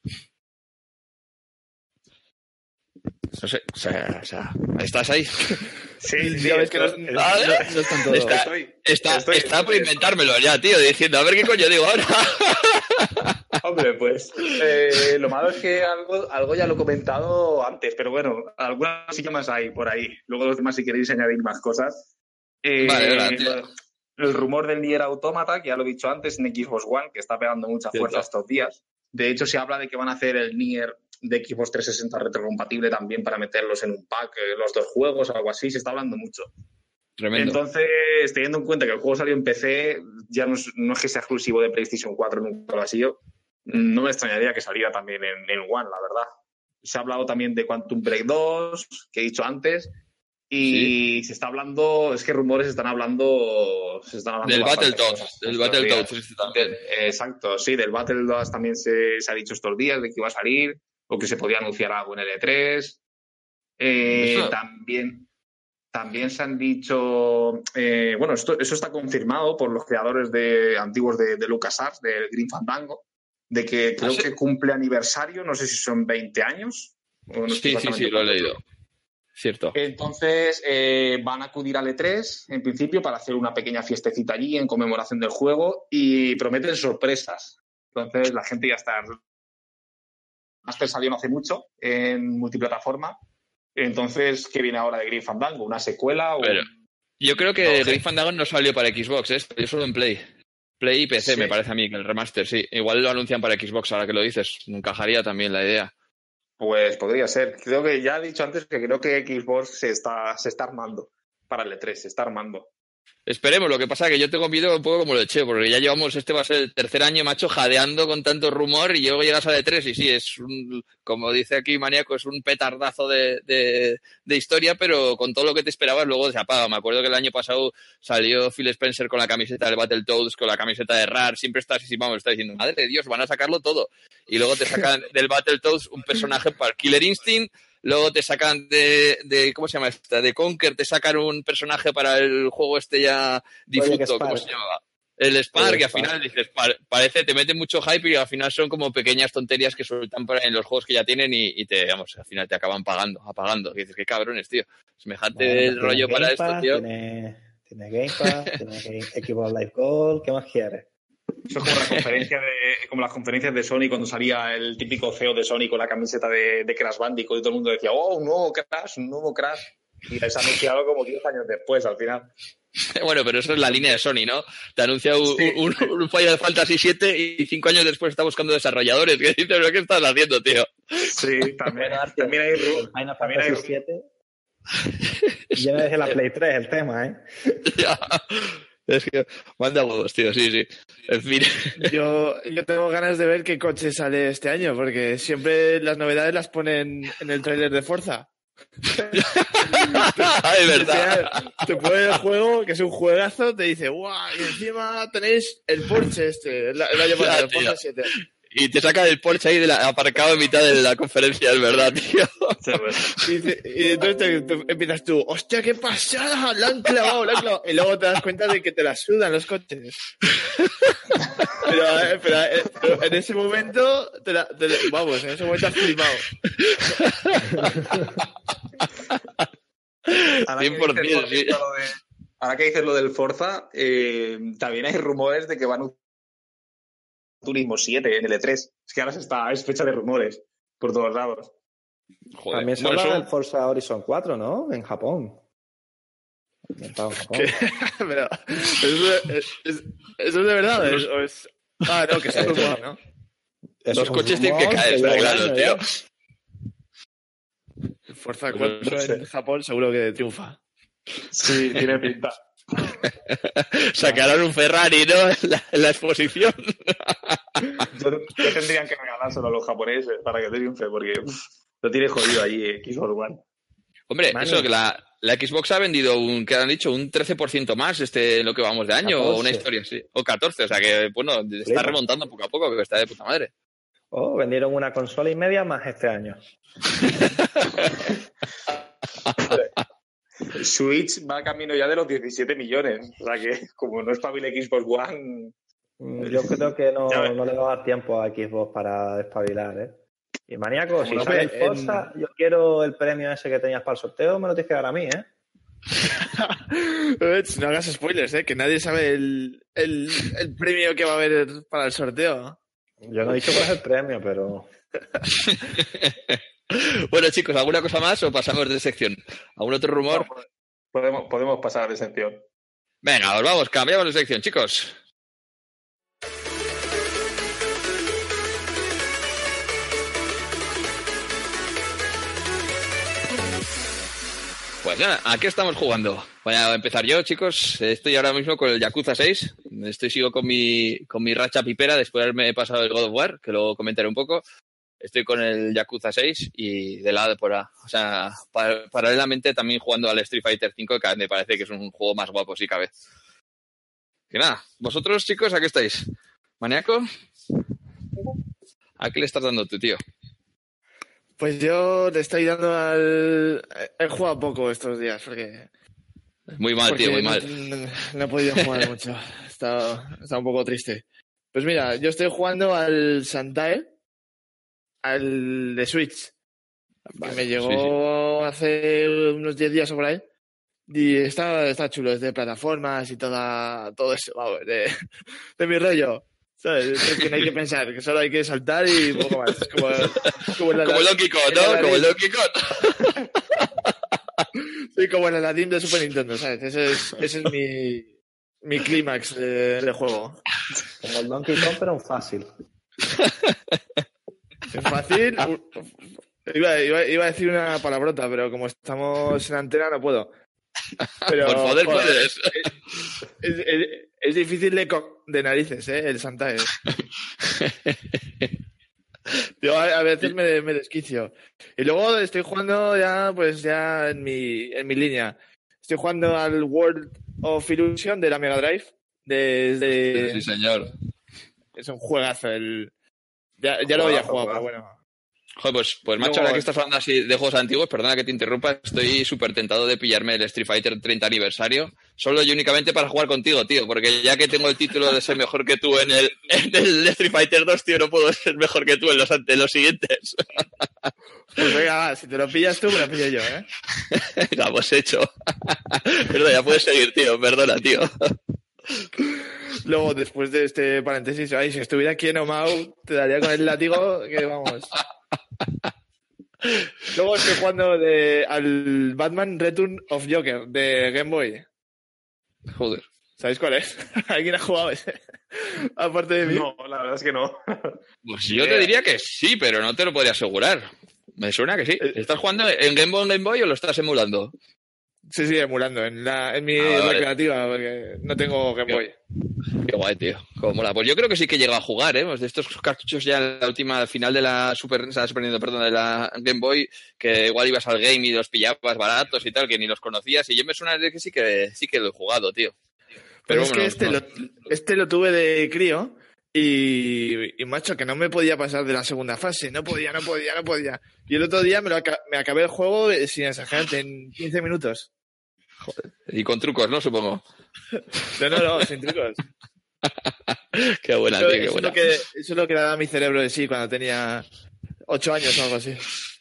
No sé, o sea, o sea, ¿estás ahí? Sí, Ya ves que no, estoy- no- no están todos. Está, estoy- está, estoy- está por inventármelo ya, tío, diciendo, a ver qué coño digo ahora. Hombre, pues eh, lo malo es que algo, algo ya lo he comentado antes, pero bueno, algunas sí que más hay por ahí. Luego los demás, si queréis añadir más cosas. Eh, Vale, verdad, tío. el rumor del Nier Automata, que ya lo he dicho antes, en Xbox One, que está pegando mucha Cierto. fuerza estos días. De hecho, se habla de que van a hacer el Nier de Xbox trescientos sesenta retrocompatible también para meterlos en un pack, eh, los dos juegos, algo así. Se está hablando mucho. Tremendo. Entonces, teniendo en cuenta que el juego salió en P C, ya no es, no es que sea exclusivo de PlayStation cuatro, nunca lo ha sido. No me extrañaría que saliera también en, en One, la verdad. Se ha hablado también de Quantum Break dos, que he dicho antes, y Sí. se está hablando, es que rumores están hablando, se están hablando Del bastantes Battletoads, cosas del estos Battletoads días. este también. Del- exacto, sí, del Battletoads también se, se ha dicho estos días de que iba a salir, o que se podía anunciar algo en el E tres. Eh, Eso- también, también se han dicho, eh, bueno, esto, eso está confirmado por los creadores de, antiguos de, de LucasArts, del Grim Fandango, de que creo ¿Ah, sí? que cumple aniversario, no sé si son veinte años. o no sé Sí, sí, exactamente sí, lo he cuántos. leído. Cierto. Entonces eh, van a acudir al E tres, en principio, para hacer una pequeña fiestecita allí en conmemoración del juego y prometen sorpresas. Entonces la gente ya está... Master salió no hace mucho en multiplataforma. Entonces, ¿qué viene ahora de Grim Fandango? ¿Una secuela? O... Pero yo creo que No sé. Grim Fandango no salió para Xbox, ¿eh? Salió solo en Play. Play y P C, Sí. me parece a mí, que el remaster, sí. Igual lo anuncian para Xbox, ahora que lo dices. Encajaría también la idea. Pues podría ser. Creo que ya he dicho antes que creo que Xbox se está, se está armando para el E tres, se está armando. Esperemos, lo que pasa es que yo tengo miedo un poco como lo eché, porque ya llevamos, este va a ser el tercer año, macho, jadeando con tanto rumor y luego llegas a E tres y sí, es un, como dice aquí Maníaco, es un petardazo de, de, de historia, pero con todo lo que te esperabas luego se apaga. Me acuerdo que el año pasado salió Phil Spencer con la camiseta del Battletoads, con la camiseta de Rare, siempre estás así, vamos, está diciendo, madre de Dios, van a sacarlo todo. Y luego te sacan del Battletoads un personaje para Killer Instinct. Luego te sacan de, de, ¿cómo se llama esta? De Conker, te sacan un personaje para el juego este ya difunto, ¿cómo se llamaba? El Spark, El que al Spark. final dices, pa- parece, te mete mucho hype y al final son como pequeñas tonterías que sueltan por ahí en los juegos que ya tienen y, y te, vamos, al final te acaban pagando, apagando. Y dices, qué cabrones, tío. Semejante Bueno, pues el rollo tiene para Game esto, Pass, tío. Tiene, tiene Game Pass, tiene Game- Xbox Live Gold, ¿qué más quieres? Eso es como, la conferencia de, como las conferencias de Sony cuando salía el típico C E O de Sony con la camiseta de, de Crash Bandicoot y todo el mundo decía, oh, un nuevo Crash, un nuevo Crash. Y les ha anunciado como diez años después, al final. Bueno, pero eso es la línea de Sony, ¿no? Te anuncia un, Sí. un, un Final Fantasy siete y cinco años después está buscando desarrolladores. ¿Qué dices? ¿Pero qué estás haciendo, tío? Sí, también, Bueno, Artio, también hay... el Final también hay- Fantasy siete. Ya me dejé la Play tres el tema, ¿eh? Ya. Es que manda huevos, tío, sí, sí. En fin. Yo, yo tengo ganas de ver qué coche sale este año, porque siempre las novedades las ponen en el tráiler de Forza. Es verdad. Te pone el juego, que es un juegazo, te dice, guau, y encima tenéis el Porsche este, el, el año pasado, el Forza siete. Y te saca el Porsche ahí de la, aparcado en mitad de la conferencia, es verdad, tío. Y, dice, y entonces te, te empiezas tú, hostia, qué pasada, la han clavado, la han clavado. Y luego te das cuenta de que te la sudan los coches. Pero, eh, pero, eh, pero en ese momento, te la, te la, vamos, en ese momento has flipado. cien por ciento, sí. De, ahora que dices lo del Forza, eh, también hay rumores de que van a Turismo siete en el E tres. Es que ahora se está, es fecha de rumores por todos lados. Joder, también se habla del Forza Horizon cuatro, ¿no? En Japón. En Japón. Pero, ¿eso es, es, ¿eso es de verdad? ¿Es, o es... Ah, no, que es un rumor, ¿no? Es Los coches tienen que caer, está claro, tío. El Forza cuatro en Japón seguro que triunfa. Sí, tiene pinta. Sacaron un Ferrari, ¿no? En la, en la exposición. Yo, yo tendrían que regalárselo a los japoneses para que triunfe, porque uf, lo tiene jodido allí eh, Xbox One. Hombre, Manu. Eso que la, la Xbox ha vendido un, ¿qué han dicho? Un trece por ciento más este en lo que vamos de año, catorce. O una historia así. O catorce, o sea que, bueno, está Flipa. remontando poco a poco, que está de puta madre. Oh, vendieron una consola y media más este año. Switch va camino ya de los diecisiete millones. O sea que, como no es espabile Xbox One. Yo creo que no, no le va a dar tiempo a Xbox para despabilar, ¿eh? Y Maníaco, si no sale el Forza, en... yo quiero el premio ese que tenías para el sorteo, me lo tienes que dar a mí, ¿eh? No hagas spoilers, ¿eh? Que nadie sabe el, el, el premio que va a haber para el sorteo. Yo no he dicho cuál es el premio, pero... Bueno, chicos, ¿alguna cosa más o pasamos de sección? ¿Algún otro rumor? No, podemos, podemos pasar de sección. Venga, pues vamos, cambiamos de sección, chicos. Pues nada, ¿a qué estamos jugando? Voy a empezar yo, chicos. Estoy ahora mismo con el Yakuza seis. Estoy sigo con mi, con mi racha pipera después de haberme pasado el God of War, que lo comentaré un poco. Estoy con el Yakuza seis y de lado por a, o sea, par, paralelamente también jugando al Street Fighter cinco, que me parece que es un juego más guapo si cabe. Y nada, vosotros, chicos, ¿a qué estáis? ¿Maníaco? ¿A qué le estás dando tú, tío? Pues yo le estoy dando al... He jugado poco estos días, porque... Muy mal, porque tío, muy no, mal. No, no he podido jugar mucho. Está, está un poco triste. Pues mira, yo estoy jugando al Santae, al de Switch. Vale, me llegó sí, sí. hace unos diez días o por ahí. Y está, está chulo, es de plataformas y toda, todo eso, vamos, de, de mi rollo. ¿Sabes? Es que no hay que pensar, que solo hay que saltar y poco más. Es como, como, la, como el Donkey Kong, ¿no? Como el Donkey Kong. Sí, como el Aladdin de Super Nintendo, ¿sabes? Ese es, ese es mi, mi clímax de, de juego. Como el Donkey Kong, pero un fácil. ¿Es fácil? Iba, iba, iba a decir una palabrota, pero como estamos en antena no puedo. Pero, por poder joder, puedes. Es, es, es difícil de, de narices, ¿eh? El Santae. Yo a, a veces me, me desquicio. Y luego estoy jugando ya, pues ya en mi, en mi línea. Estoy jugando al World of Illusion de la Mega Drive. Desde... Sí, señor. Es un juegazo. El... Ya, ya lo había jugado, pero bueno. Joder, pues, pues macho, Luego... ahora que estás hablando así de juegos antiguos, perdona que te interrumpa, estoy súper tentado de pillarme el Street Fighter treinta aniversario, solo y únicamente para jugar contigo, tío, porque ya que tengo el título de ser mejor que tú en el, en el Street Fighter dos, tío, no puedo ser mejor que tú en los, en los siguientes. Pues venga, va, si te lo pillas tú, me lo pillo yo, ¿eh? Venga, pues hecho. Perdón, ya puedes seguir, tío, perdona, tío. Luego, después de este paréntesis, ay, si estuviera aquí en Omau, te daría con el látigo que vamos... Luego estoy jugando de, al Batman Return of Joker de Game Boy. Joder. ¿Sabéis cuál es? ¿Alguien ha jugado ese? Aparte de mí. No, la verdad es que no. Pues yo te diría que sí, pero no te lo podría asegurar. Me suena que sí. ¿Estás jugando en Game Boy, en Game Boy o lo estás emulando? Sí, sí, emulando en, la, en mi Ah, vale. recreativa, porque no tengo Game Boy. Qué guay, tío. Cómo mola. Pues yo creo que sí que llega a jugar, ¿eh? Pues de estos cartuchos ya en la última final de la Super, o sea, Super Nintendo, perdón, de la Game Boy, que igual ibas al game y los pillabas baratos y tal, que ni los conocías. Y yo me suena de que sí que sí que lo he jugado, tío. Pero Pero es bueno, que este, no. lo, este lo tuve de crío y, y, macho, que no me podía pasar de la segunda fase. No podía, no podía, no podía. Y el otro día me, lo aca- me acabé el juego, eh, sin exagerarte, en quince minutos. Y con trucos, ¿no? Supongo. No, no, no, sin trucos. Qué buena, Eso, tío, qué eso es buena. lo que, eso es lo que daba mi cerebro de sí cuando tenía ocho años o algo así.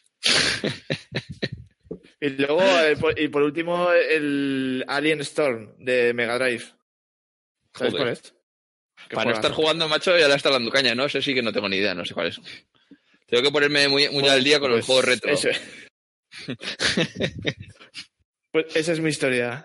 Y luego, eh, por, y por último, el Alien Storm de Mega Drive. ¿Sabes Joder. cuál es? Qué Para no juegazo. estar jugando, macho, ya la está dando caña, ¿no? Sé sí que no tengo ni idea, no sé cuál es. Tengo que ponerme muy, muy al día con Pues los juegos retro. eso. Pues esa es mi historia.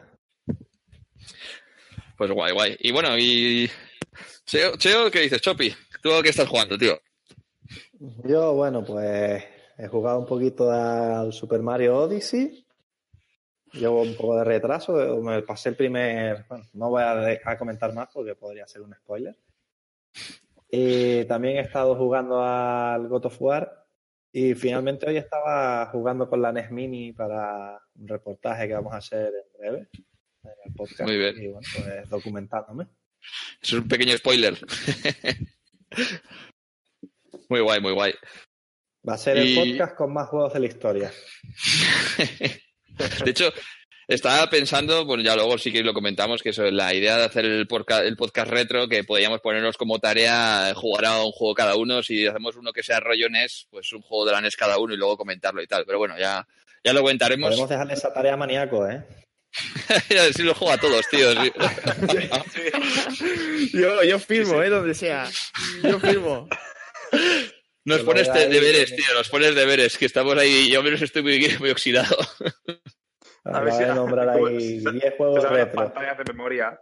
Pues guay, guay. Y bueno, y... Cheo, Cheo, ¿qué dices, Chopi? ¿Tú a qué estás jugando, tío? Yo, bueno, pues he jugado un poquito al Super Mario Odyssey. Llevo un poco de retraso. Me pasé el primer... Bueno, no voy a, de- a comentar más porque podría ser un spoiler. Y también he estado jugando al God of War. Y finalmente hoy estaba jugando con la N E S Mini para un reportaje que vamos a hacer en breve en el podcast. Muy bien. Y bueno, pues documentándome. Es un pequeño spoiler. Muy guay, muy guay. Va a ser Y- el podcast con más juegos de la historia. De hecho, estaba pensando, bueno, ya luego sí que lo comentamos, que eso, la idea de hacer el podcast, el podcast retro, que podíamos ponernos como tarea jugar a un juego cada uno. Si hacemos uno que sea rollo N E S, pues un juego de la N E S cada uno y luego comentarlo y tal. Pero bueno, ya, ya lo comentaremos. Podemos dejarle esa tarea a Maníaco, ¿eh? Sí lo juego a todos, tío. Sí. Yo, yo firmo, ¿eh? Donde sea. Yo firmo. Nos Que lo pones vea ahí. deberes, tío, nos pones deberes, que estamos ahí, yo menos estoy muy, muy oxidado. A ver Acaba si de nombrar como- ahí se- diez se juegos saben las retro. pantallas de memoria.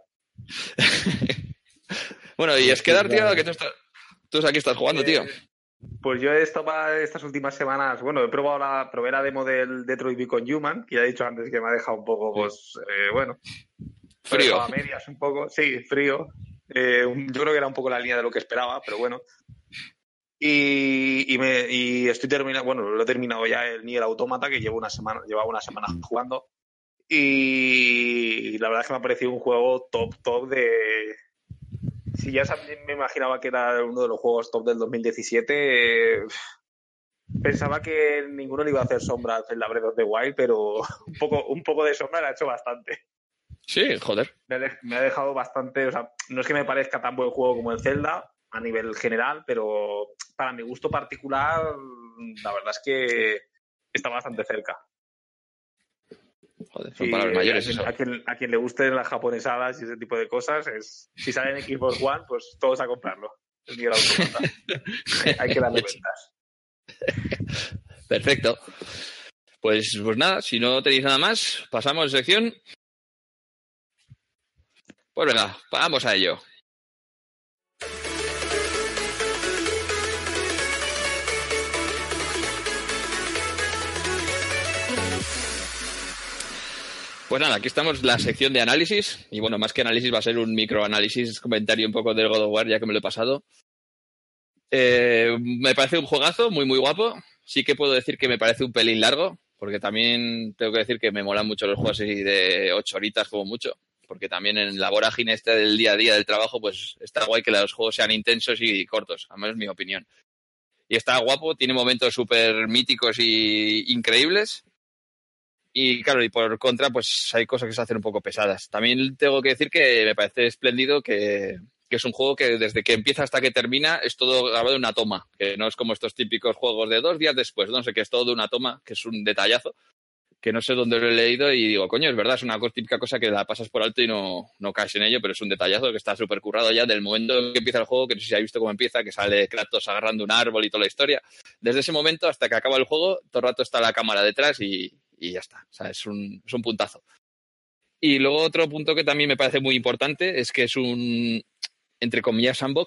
Bueno, y es quedar, tío, que tú, estás, tú aquí estás jugando, tío. Eh, Pues yo he estado estas últimas semanas, bueno, he probado la, probé la demo del Detroit Become Human, que ya he dicho antes que me ha dejado un poco, pues, eh, bueno, Frío. a medias un poco, sí, frío. Eh, un- yo creo que era un poco la línea de lo que esperaba, pero bueno. Y, y, me, y estoy terminando, bueno, lo he terminado ya el Nier Automata, que llevo una semana, llevaba una semana jugando. Y la verdad es que me ha parecido un juego top, top de... Si ya sab- me imaginaba que era uno de los juegos top del dos mil diecisiete, eh, pensaba que ninguno le iba a hacer sombra al Zelda Breath of the Wild, pero un poco, un poco de sombra le ha hecho bastante. Sí, joder. Me ha, de- me ha dejado bastante, o sea, no es que me parezca tan buen juego como el Zelda a nivel general, pero para mi gusto particular, la verdad es que está bastante cerca. Joder, son Y, palabras eh, mayores a, quien, eso. a, quien, a quien le gusten las japonesadas y ese tipo de cosas, es si sale en Xbox One, pues todos a comprarlo. El Nier Automata. Hay que darle ventas. Perfecto. Pues, pues nada, si no tenéis nada más, pasamos de sección. Pues venga, vamos a ello. Pues nada, aquí estamos la sección de análisis. Y bueno, más que análisis va a ser un microanálisis, comentario un poco del God of War, ya que me lo he pasado. Eh, me parece un juegazo, muy muy guapo. Sí que puedo decir que me parece un pelín largo, porque también tengo que decir que me molan mucho los juegos así de ocho horitas como mucho. Porque también en la vorágine este del día a día del trabajo, pues está guay que los juegos sean intensos y cortos, al menos es mi opinión. Y está guapo, tiene momentos súper míticos y increíbles. Y claro, y por contra, pues hay cosas que se hacen un poco pesadas. También tengo que decir que me parece espléndido que, que es un juego que desde que empieza hasta que termina es todo grabado de una toma, que no es como estos típicos juegos de dos días después, no sé, que es todo de una toma, que es un detallazo, que no sé dónde lo he leído y digo, coño, es verdad, es una típica cosa que la pasas por alto y no, no caes en ello, pero es un detallazo que está súper currado ya del momento en que empieza el juego, que no sé si habéis visto cómo empieza, que sale Kratos agarrando un árbol y toda la historia. Desde ese momento hasta que acaba el juego, todo el rato está la cámara detrás y, y ya está. O sea, es un, es un puntazo. Y luego otro punto que también me parece muy importante es que es un, entre comillas, sandbox,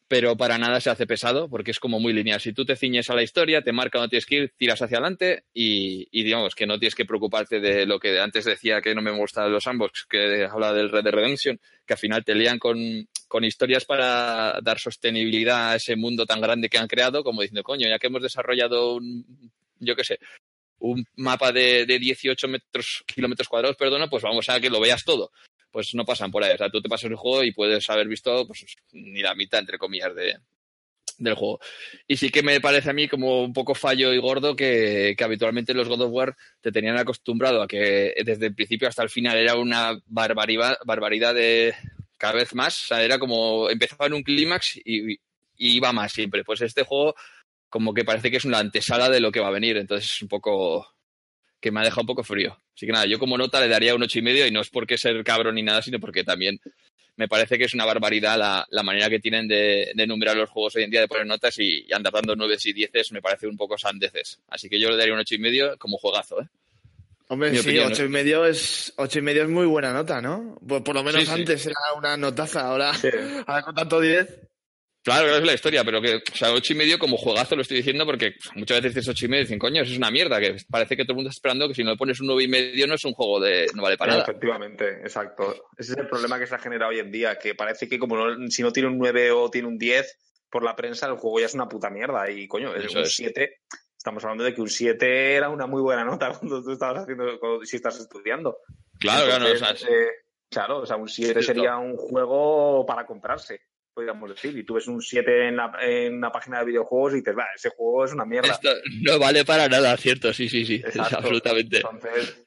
pero para nada se hace pesado porque es como muy lineal. Si tú te ciñes a la historia, te marca donde tienes que ir, tiras hacia adelante y, y digamos que no tienes que preocuparte de lo que antes decía que no me gustan los sandbox, que habla del Red Dead Redemption, que al final te lían con, con historias para dar sostenibilidad a ese mundo tan grande que han creado, como diciendo, coño, ya que hemos desarrollado un, yo qué sé, un mapa de, de dieciocho metros, kilómetros cuadrados, perdona, pues vamos a que lo veas todo. Pues no pasan por ahí. O sea, tú te pasas el juego y puedes haber visto pues ni la mitad, entre comillas, de, del juego. Y sí que me parece a mí como un poco fallo y gordo que, que habitualmente los God of War te tenían acostumbrado a que desde el principio hasta el final era una barbaridad, barbaridad de cada vez más. O sea, era como empezaba en un clímax y, y iba más siempre. Pues este juego como que parece que es una antesala de lo que va a venir. Entonces es un poco... que me ha dejado un poco frío. Así que nada, yo como nota le daría un ocho y medio y no es porque ser cabrón ni nada, sino porque también me parece que es una barbaridad la, la manera que tienen de, de enumerar los juegos hoy en día, de poner notas y, y andar dando nueve y dieces me parece un poco sandeces. Así que yo le daría un ocho y medio como juegazo, ¿eh? Hombre, Mi sí, opinión, ocho ¿no? y medio es ocho y medio es muy buena nota, ¿no? Por, por lo menos Sí, sí. antes era una notaza, ahora, Sí. ahora con tanto diez. Claro, claro, es la historia, pero que, o sea, ocho y medio como juegazo lo estoy diciendo porque muchas veces dices ocho y medio y dicen, coño, eso es una mierda, que parece que todo el mundo está esperando que si no le pones un nueve y medio no es un juego de, no vale para Pero nada. efectivamente, exacto. Ese es el problema que se ha generado hoy en día, que parece que como no, si no tiene un nueve o tiene un diez por la prensa, el juego ya es una puta mierda. Y coño, es Eso un es. siete, estamos hablando de que un siete era una muy buena nota cuando tú estabas haciendo, cuando, si estás estudiando. Claro, Entonces, claro, o sea, eh, claro, o sea, un siete es cierto. sería un juego para comprarse, podríamos decir. Y tú ves un siete en, la, en una página de videojuegos y dices, va, ese juego es una mierda. Esto no vale para nada, cierto, sí, sí, sí, Exacto. absolutamente. Entonces,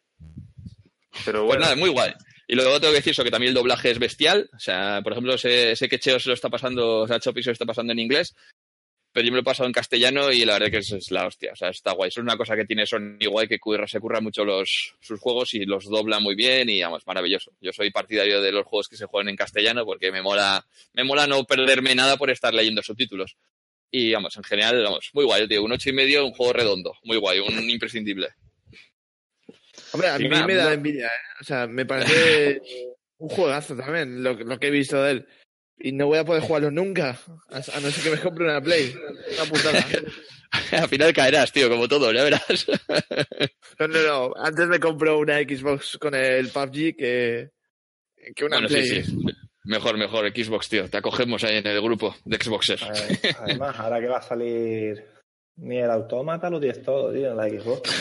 pero Pues bueno. nada, muy guay. Y luego tengo que decir eso, que también el doblaje es bestial. O sea, por ejemplo, sé, sé que Cheo se lo está pasando, o sea, Chopi se lo está pasando en inglés, pero yo me lo he pasado en castellano y la verdad que es, es la hostia. O sea, está guay. Eso es una cosa que tiene Sony guay, que curra, se curra mucho los, sus juegos y los dobla muy bien y, vamos, maravilloso. Yo soy partidario de los juegos que se juegan en castellano porque me mola, me mola no perderme nada por estar leyendo subtítulos. Y, vamos, en general, vamos, muy guay, tío. Un ocho y medio, un juego redondo. Muy guay, un imprescindible. Hombre, a Y mí nada, me da no- envidia, ¿eh? O sea, me parece un juegazo también, lo, lo que he visto de él. Y no voy a poder jugarlo nunca, a, a no ser que me compre una Play. Una putada. Al final caerás, tío, como todo, ya verás. No, no, no. Antes me compro una Xbox con el P U B G que, que una Bueno, Play. sí, sí. Mejor, mejor, Xbox, tío. Te acogemos ahí en el grupo de Xboxers. Eh, Además, ahora que va a salir ni el autómata, lo tienes todo, tío, en la Xbox.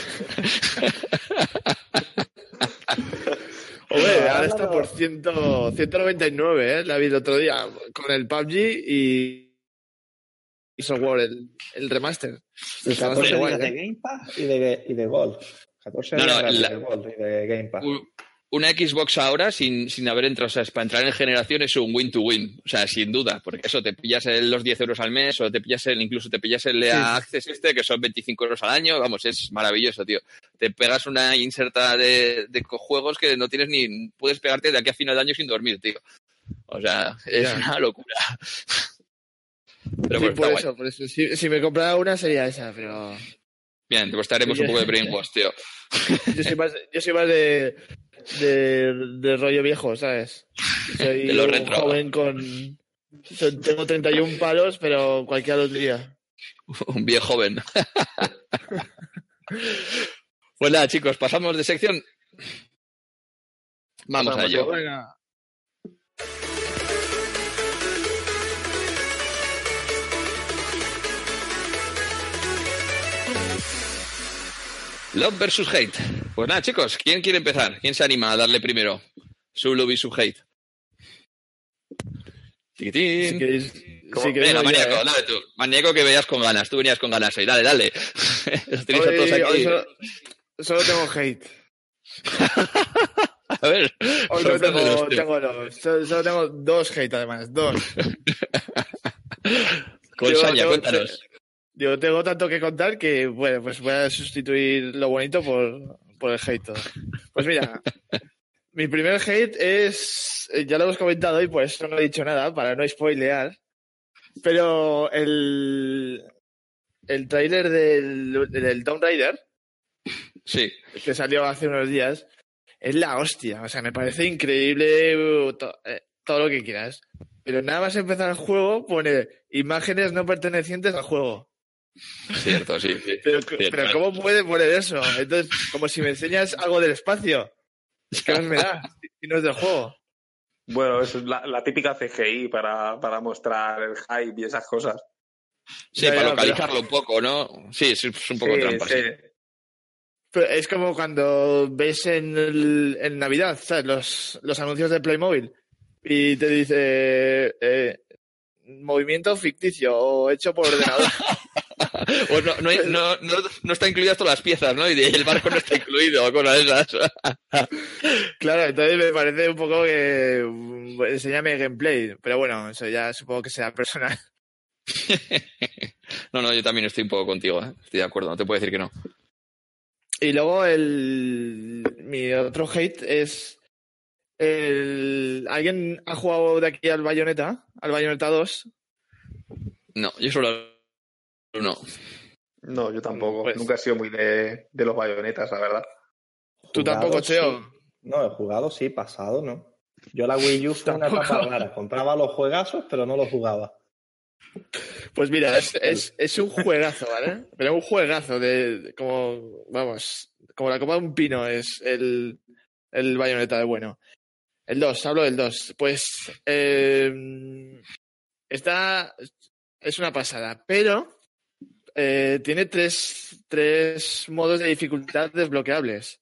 Hombre, No, ahora no, está no. por cien, ciento noventa y nueve, ¿eh? La vi el otro día con el P U B G y, y software, el, el remaster. Y Está catorce bastante guay, días de ¿eh? Game Pass y de, y de Gold. catorce No, días no, gratis la- de Gold y de Game Pass. U- Una Xbox ahora, sin, sin haber entrado, o sea, es para entrar en generación es un win-to-win. O sea, sin duda, porque eso te pillas el- los diez euros al mes o te pillas el, incluso te pillas el E A Sí, sí. Access este, que son veinticinco euros al año. Vamos, es maravilloso, tío. Te pegas una inserta de, de co- juegos que no tienes ni... Puedes pegarte de aquí a final de año sin dormir, tío. O sea, es Ya. una locura. Pero Sí, bueno, por está eso, guay. por eso. Si, si me comprara una sería esa, pero Bien, pues estaremos Sí, un ya. poco de brainwash, tío. yo soy más, yo soy más de, de, de rollo viejo, ¿sabes? Soy De lo un retro. joven con... so- Tengo treinta y un palos, pero cualquier otro día. Un viejo joven. Pues nada, chicos, pasamos de sección. Vamos a Pasamos, ello. Venga. Love versus Hate. Pues nada, chicos, ¿quién quiere empezar? ¿Quién se anima a darle primero? Su love y su hate. Chiquitín. Si queréis, ¿Cómo? si queréis Venga, voy yo, maníaco, ¿eh? dale tú. Maníaco que veas con ganas. Tú venías con ganas hoy. Dale, dale. Los tenéis a Hoy- todos hoy aquí. solo, solo tengo hate. A ver. Hoy solo sorpréndenos, tengo, tío. tengo dos. Solo, solo tengo dos hate, además. Dos. Con Digo, saña, tengo- cuéntanos. Digo, tengo tanto que contar que, bueno, pues voy a sustituir lo bonito por, por el hate todo. Pues mira, mi primer hate es, eh, ya lo hemos comentado y por eso no he dicho nada, para no spoilear, pero el, el tráiler del, del Tomb Raider, Sí. que salió hace unos días, es la hostia. O sea, me parece increíble uh, to- eh, todo lo que quieras. pero nada más empezar el juego pone imágenes no pertenecientes al juego. Cierto, sí. sí. Pero, Cierto. pero ¿cómo puede poner eso? Entonces, como si me enseñas algo del espacio. ¿Qué más me da si no es del juego? Bueno, eso es la, la típica C G I para, para mostrar el hype y esas cosas. Sí, Ya, para ya, localizarlo pero- un poco, ¿no? Sí, es es un poco Sí, trampa, sí. sí. Pero es como cuando ves en, el- en Navidad, ¿sabes? Los, los anuncios de Playmobil y te dice eh, movimiento ficticio o hecho por ordenador. O no, no, hay- no, no, no está incluidas todas las piezas, ¿no? Y el barco no está incluido, o cosas de esas. Claro, entonces me parece un poco que mm, enséñame gameplay, pero bueno, eso ya supongo que sea personal. No, no, yo también estoy un poco contigo, ¿eh? Estoy de acuerdo, no te puedo decir que no. Y luego el mi otro hate es el ¿alguien ha jugado de aquí al Bayonetta? Al Bayonetta dos. No, yo solo no. No, yo tampoco. Pues- Nunca he sido muy de, de los bayonetas, la verdad. Tú Jugado, tampoco, Cheo. sí. No, he jugado, sí, pasado, ¿no? Yo la Wii U fue una Tampoco. etapa rara. Compraba los juegazos, pero no los jugaba. Pues mira, es, es, es un juegazo, ¿vale? Pero un juegazo de, de como, vamos, como la copa de un pino es el, el Bayonetta de bueno. El dos, hablo del dos. Pues eh, está, es una pasada, pero eh, tiene tres, tres modos de dificultad desbloqueables.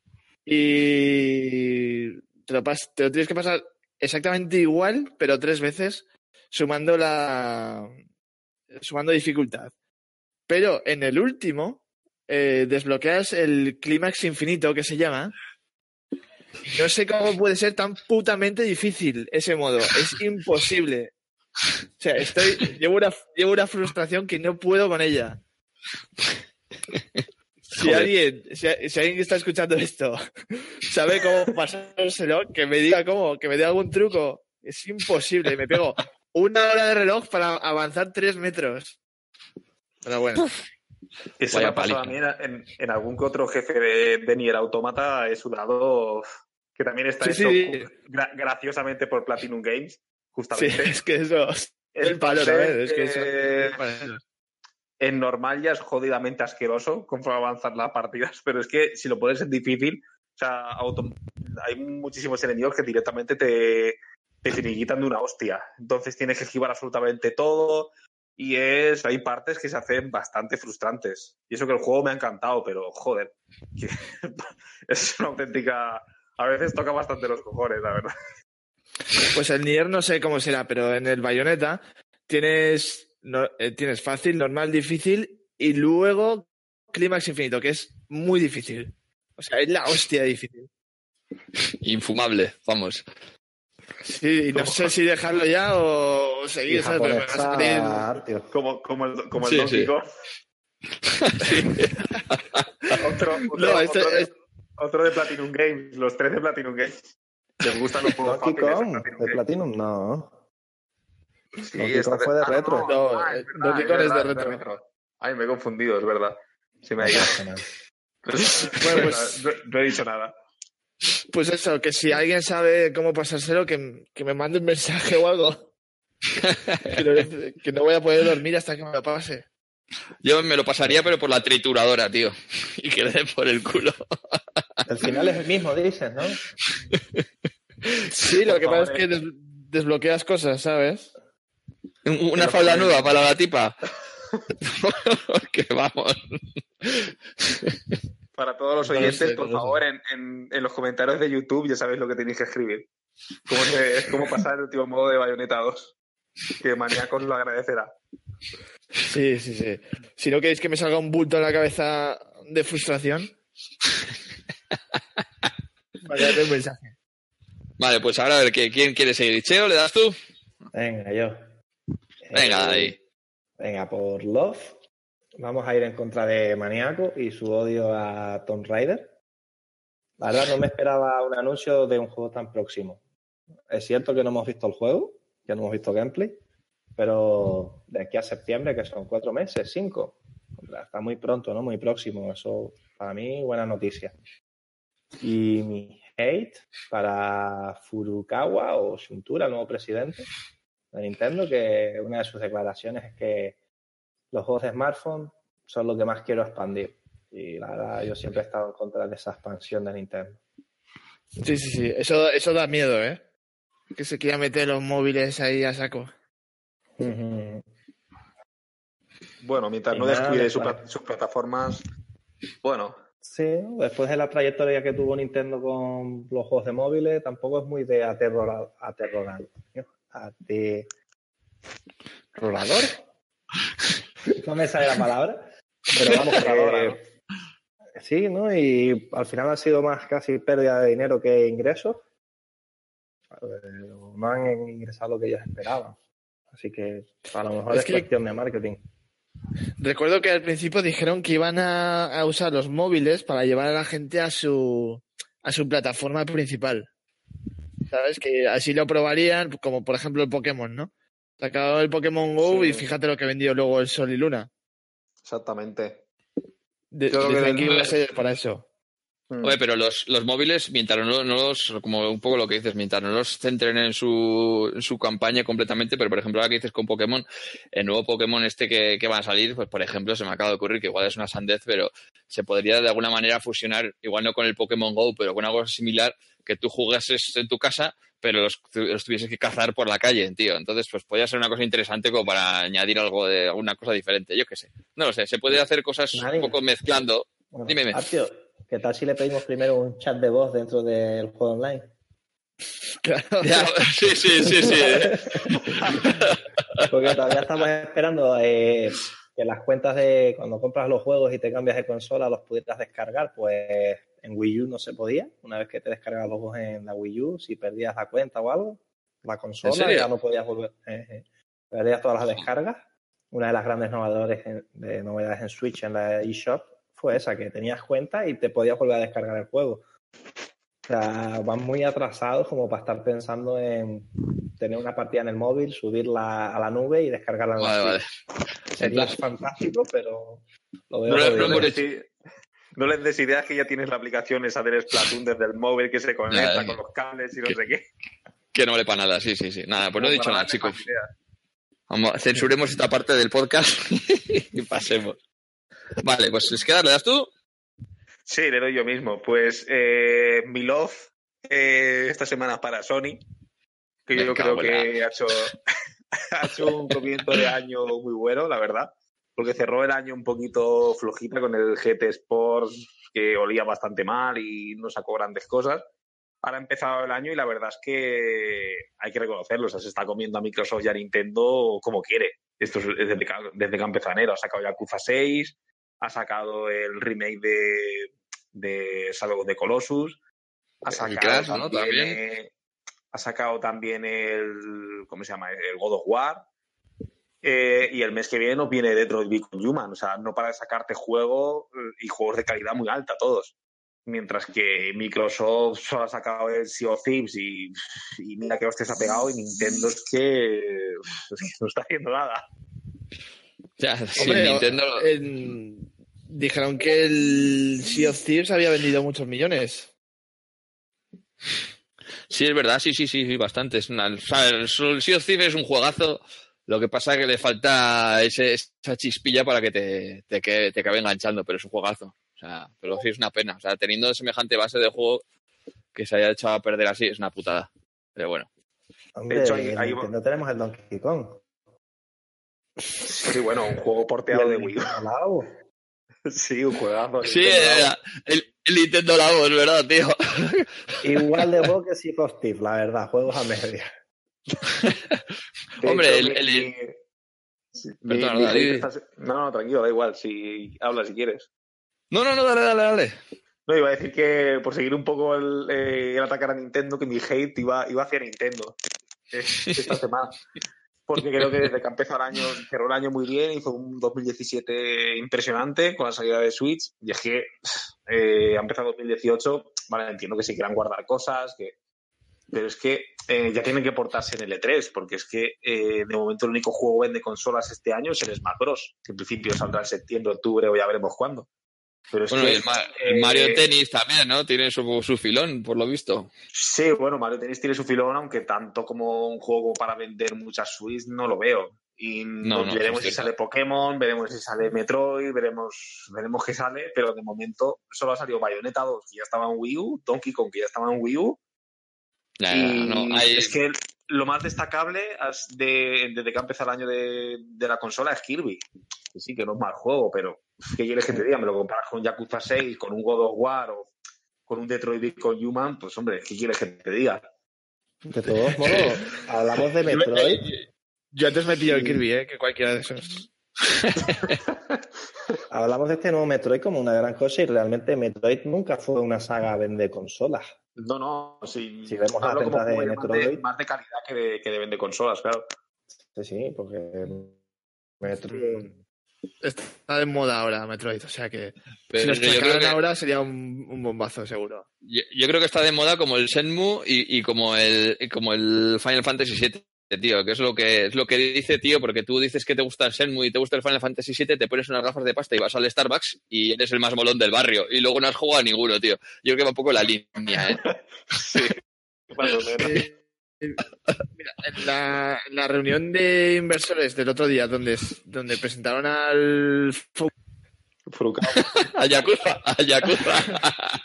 Y te lo, pas- te lo tienes que pasar exactamente igual, pero tres veces, sumando la sumando dificultad. Pero en el último eh, desbloqueas el clímax infinito, que se llama. No sé cómo puede ser tan putamente difícil ese modo. Es imposible. O sea, estoy llevo una, llevo una frustración que no puedo con ella. Si Joder. alguien, si, si alguien que está escuchando esto sabe cómo pasárselo, que me diga cómo, que me dé algún truco. Es imposible. Me pego una hora de reloj para avanzar tres metros. Pero bueno. Eso Vaya me ha pasado a paliza. mí en, en- en algún que otro jefe de, de Nier Automata. He sudado, que también está Sí, hecho sí. gra- graciosamente por Platinum Games, Sí, justamente. es que eso. El palo, Entonces, ¿sabes? Es que eso. eh, en normal ya es jodidamente asqueroso conforme avanzan las partidas, pero es que si lo pones en difícil, o sea, auto- hay muchísimos enemigos que directamente te, te finiquitan de una hostia. Entonces tienes que esquivar absolutamente todo y es hay partes que se hacen bastante frustrantes. Y eso que el juego me ha encantado, pero joder, que es una auténtica... A veces toca bastante los cojones, la verdad. Pues el Nier no sé cómo será, pero en el Bayonetta tienes, no, eh, tienes fácil, normal, difícil y luego clímax infinito, que es muy difícil. O sea, es la hostia de difícil. Infumable, vamos. Sí, y no sé si dejarlo ya o seguir, Y ¿sabes? Pero me va a salir- japonesa, tío. Como, como el, como el Sí, Donkey sí. Kong. Otro, otro, No, este- otro de, es- otro de Platinum Games, los tres de Platinum Games. ¿Les gustan los juegos Donkey fáciles de Kong, Platinum de Games? Platinum, no. Sí, Donkey está Kong fue de ah, no, retro. No, ah, eh, es verdad, Donkey es Kong es de verdad, retro. Ay, me he confundido, es verdad. Se me No ha ido. pasa nada. Bueno, pues- no, no he dicho nada. Pues eso, que si alguien sabe cómo pasárselo, que, que me mande un mensaje o algo. que, no, que no voy a poder dormir hasta que me lo pase. Yo me lo pasaría, pero por la trituradora, tío. Y que le dé por el culo. El final es el mismo, dices, ¿no? Sí, lo Por que pasa favor, es que des- desbloqueas cosas, ¿sabes? Una Pero falda joder. nueva para la tipa. Que vamos. Para todos los No lo oyentes, sé, por no lo sé. favor, en, en, en los comentarios de YouTube ya sabéis lo que tenéis que escribir. Cómo, se, cómo pasar el último modo de Bayonetta dos. Que Maníacos lo agradecerá. Sí, sí, sí. Si no queréis que me salga un bulto en la cabeza de frustración, mandadme un mensaje. Vale, pues ahora a ver ¿qué- quién quiere seguir. ¿Cheo, le das tú? Venga, yo. Venga, Eh, ahí. Venga, por Love. Vamos a ir en contra de Maniaco y su odio a Tomb Raider. La verdad, no me esperaba un anuncio de un juego tan próximo. Es cierto que no hemos visto el juego, que no hemos visto gameplay, pero de aquí a septiembre, que son cuatro meses, cinco, está muy pronto, ¿no? Muy próximo. Eso, para mí, buena noticia. Y mi hate para Furukawa o Shuntura, el nuevo presidente, de Nintendo, que una de sus declaraciones es que los juegos de smartphone son lo que más quiero expandir. Y la verdad, yo siempre he estado en contra de esa expansión de Nintendo. Sí, sí, sí. Eso, eso da miedo, ¿eh? Que se quiera meter los móviles ahí a saco. Uh-huh. Bueno, mientras Y no nada, descuide su después- pla- sus plataformas, bueno, Sí, después de la trayectoria que tuvo Nintendo con los juegos de móviles, tampoco es muy de aterrorar, aterrorar, ¿no? Ate- ¿Rolador? No me sale la palabra, pero vamos, que sí, ¿no? Y al final ha sido más casi pérdida de dinero que ingresos. Eh, No han ingresado lo que ellos esperaban. Así que a lo mejor Es es, que- cuestión de marketing. Recuerdo que al principio dijeron que iban a, a usar los móviles para llevar a la gente a su, a su plataforma principal. ¿Sabes? Que así lo probarían, como por ejemplo el Pokémon, ¿no? Sacado el Pokémon Go Sí. y fíjate lo que vendió luego el Sol y Luna. exactamente. De, Yo creo que decían que del- iba a ser para eso. Mm. Oye, pero los, los móviles, mientras no, no los, como un poco lo que dices, mientras no los centren en su, en su campaña completamente, pero por ejemplo ahora que dices con Pokémon, el nuevo Pokémon este que, que van a salir, pues por ejemplo se me acaba de ocurrir que igual es una sandez, pero se podría de alguna manera fusionar, igual no con el Pokémon Go, pero con algo similar, que tú jugases en tu casa, pero los, los tuvieses que cazar por la calle, tío. Entonces, pues podría ser una cosa interesante como para añadir algo de alguna cosa diferente, yo qué sé. No lo sé, se puede hacer cosas Nadie. un poco mezclando. Bueno, Dime, dime. Artio, ¿qué tal si le pedimos primero un chat de voz dentro del juego online? Claro. Ya, sí, sí, sí, sí. Porque todavía estamos esperando eh, que las cuentas de cuando compras los juegos y te cambias de consola los pudieras descargar. Pues en Wii U no se podía. Una vez que te descargas los juegos en la Wii U, si perdías la cuenta o algo, la consola ¿En serio? ya no podías volver. Eh, eh, perdías todas las descargas. Una de las grandes novedades en, de novedades en Switch en la eShop fue esa, que tenías cuenta y te podías volver a descargar el juego. O sea, van muy atrasados como para estar pensando en tener una partida en el móvil, subirla a la nube y descargarla en la Vale, vale. Switch. Sería Entonces- fantástico, pero lo veo No, no, jodido. no, No les des- no les des ideas que ya tienes la aplicación esa del Splatoon desde el móvil que se conecta Ya, con los cables y no que- sé qué. Que no vale para nada, sí, sí, sí. Nada, pues no he dicho Para nada, darle chicos. más ideas. Vamos, censuremos esta parte del podcast y pasemos. Vale, pues ¿les queda? ¿Le das tú? Sí, le doy yo mismo. Pues eh, mi love eh, esta semana para Sony, que Me yo cago creo en que ha hecho, ha hecho un comienzo de año muy bueno, la verdad, porque cerró el año un poquito flojita con el G T Sport, que olía bastante mal y no sacó grandes cosas. Ahora ha empezado el año y la verdad es que hay que reconocerlo, o sea, se está comiendo a Microsoft y a Nintendo como quiere. Esto es desde que, desde que ha empezado enero. Ha sacado Yakuza seis, ha sacado el remake de, de Shadow of the Colossus, ha El sacado, Crash, ¿no? también, También. eh, ha sacado también el, ¿cómo se llama? El God of War. Eh, y el mes que viene nos viene Detroit Become Human, o sea, no para de sacarte juegos eh, y juegos de calidad muy alta todos. Mientras que Microsoft solo ha sacado el Sea of Thieves y, y mira que hostia se ha pegado, y Nintendo es que, es que no está haciendo nada. Ya, sí, Hombre, Nintendo. en- dijeron que el Sea of Thieves había vendido muchos millones. Sí, es verdad, sí, sí, sí, sí, bastante. Es una, o sea, el Sea of Thieves es un juegazo. Lo que pasa es que le falta ese, esa chispilla para que te, te, que- te acabe enganchando, pero es un juegazo. O sea, pero sí es una pena. O sea, teniendo semejante base de juego que se haya echado a perder así, es una putada. Pero bueno. Hombre, De hecho, hay- en hay- Nintendo tenemos el Donkey Kong. Sí, bueno, un juego Y porteado el de Wii U. Nintendo Labo. Sí, un juegazo. Sí, Nintendo eh, Labo. el, el Nintendo Labo, es verdad, tío. Igual de vos que Sea of Thieves, la verdad, juegos a media. De Hombre, hecho, el- mi- el- mi- sí, mi- Perdona, mi dale. hate esta- No, no, tranquilo, da igual, si habla si quieres. No, no, no, dale, dale, dale. No, iba a decir que por seguir un poco el, eh, el atacar a Nintendo, que mi hate iba, iba hacia Nintendo eh, esta semana. Porque creo que desde que empezó el año, cerró el año muy bien, hizo un dos mil diecisiete impresionante con la salida de Switch, y es que eh, ha empezado dos mil dieciocho, vale, entiendo que sí quieran guardar cosas, que, pero es que eh, ya tienen que portarse en el E tres, porque es que eh, de momento el único juego vende consolas este año es el Smash Bros, que en principio saldrá en septiembre, octubre o ya veremos cuándo. Pero es bueno, que, y el, Ma- el eh, Mario Tennis también, ¿no? Tiene su, su filón, por lo visto. Sí, bueno, Mario Tennis tiene su filón, aunque tanto como un juego para vender muchas Switch no lo veo. Y No, no- no, eso veremos es si cierto. sale Pokémon, veremos si sale Metroid, veremos, veremos qué sale, pero de momento solo ha salido Bayonetta dos, que ya estaba en Wii U, Donkey Kong, que ya estaba en Wii U, Ya, ya, no, y hay... es que lo más destacable as- de- desde que ha empezado el año de, de la consola es Kirby. Que sí, que no es mal juego, pero ¿qué quieres que te diga? Me lo comparas con Yakuza seis, con un God of War o con un Detroit Become Human, pues hombre, ¿qué quieres que te diga? De todos modos, hablamos de Yo, Metroid. eh, yo antes me pillo el y Kirby, ¿eh? Que cualquiera de esos. hablamos de este nuevo Metroid como una gran cosa y realmente Metroid nunca fue una saga a vender consolas. No, no, sí. Si vemos las Hablo como ventas de juego más de, Metroid, más de calidad que de, que de vende consolas, claro. sí, sí, porque Metroid... Mm, Está de moda ahora Metroid, o sea que Pero si nos yo creo sacaran que- ahora sería un, un bombazo seguro. Yo, yo creo que está de moda como el Shenmue y, y como el y como el Final Fantasy siete, tío, que es lo que es lo que dice, tío, porque tú dices que te gusta el Shenmue y te gusta el Final Fantasy siete, te pones unas gafas de pasta y vas al Starbucks y eres el más molón del barrio y luego no has jugado a ninguno, tío. Yo creo que va un poco la línea, ¿eh? Sí. Bueno, Eh, eh, mira, en la, en la reunión de inversores del otro día, donde, donde presentaron al Fu- A Yakuza, a Yakuza.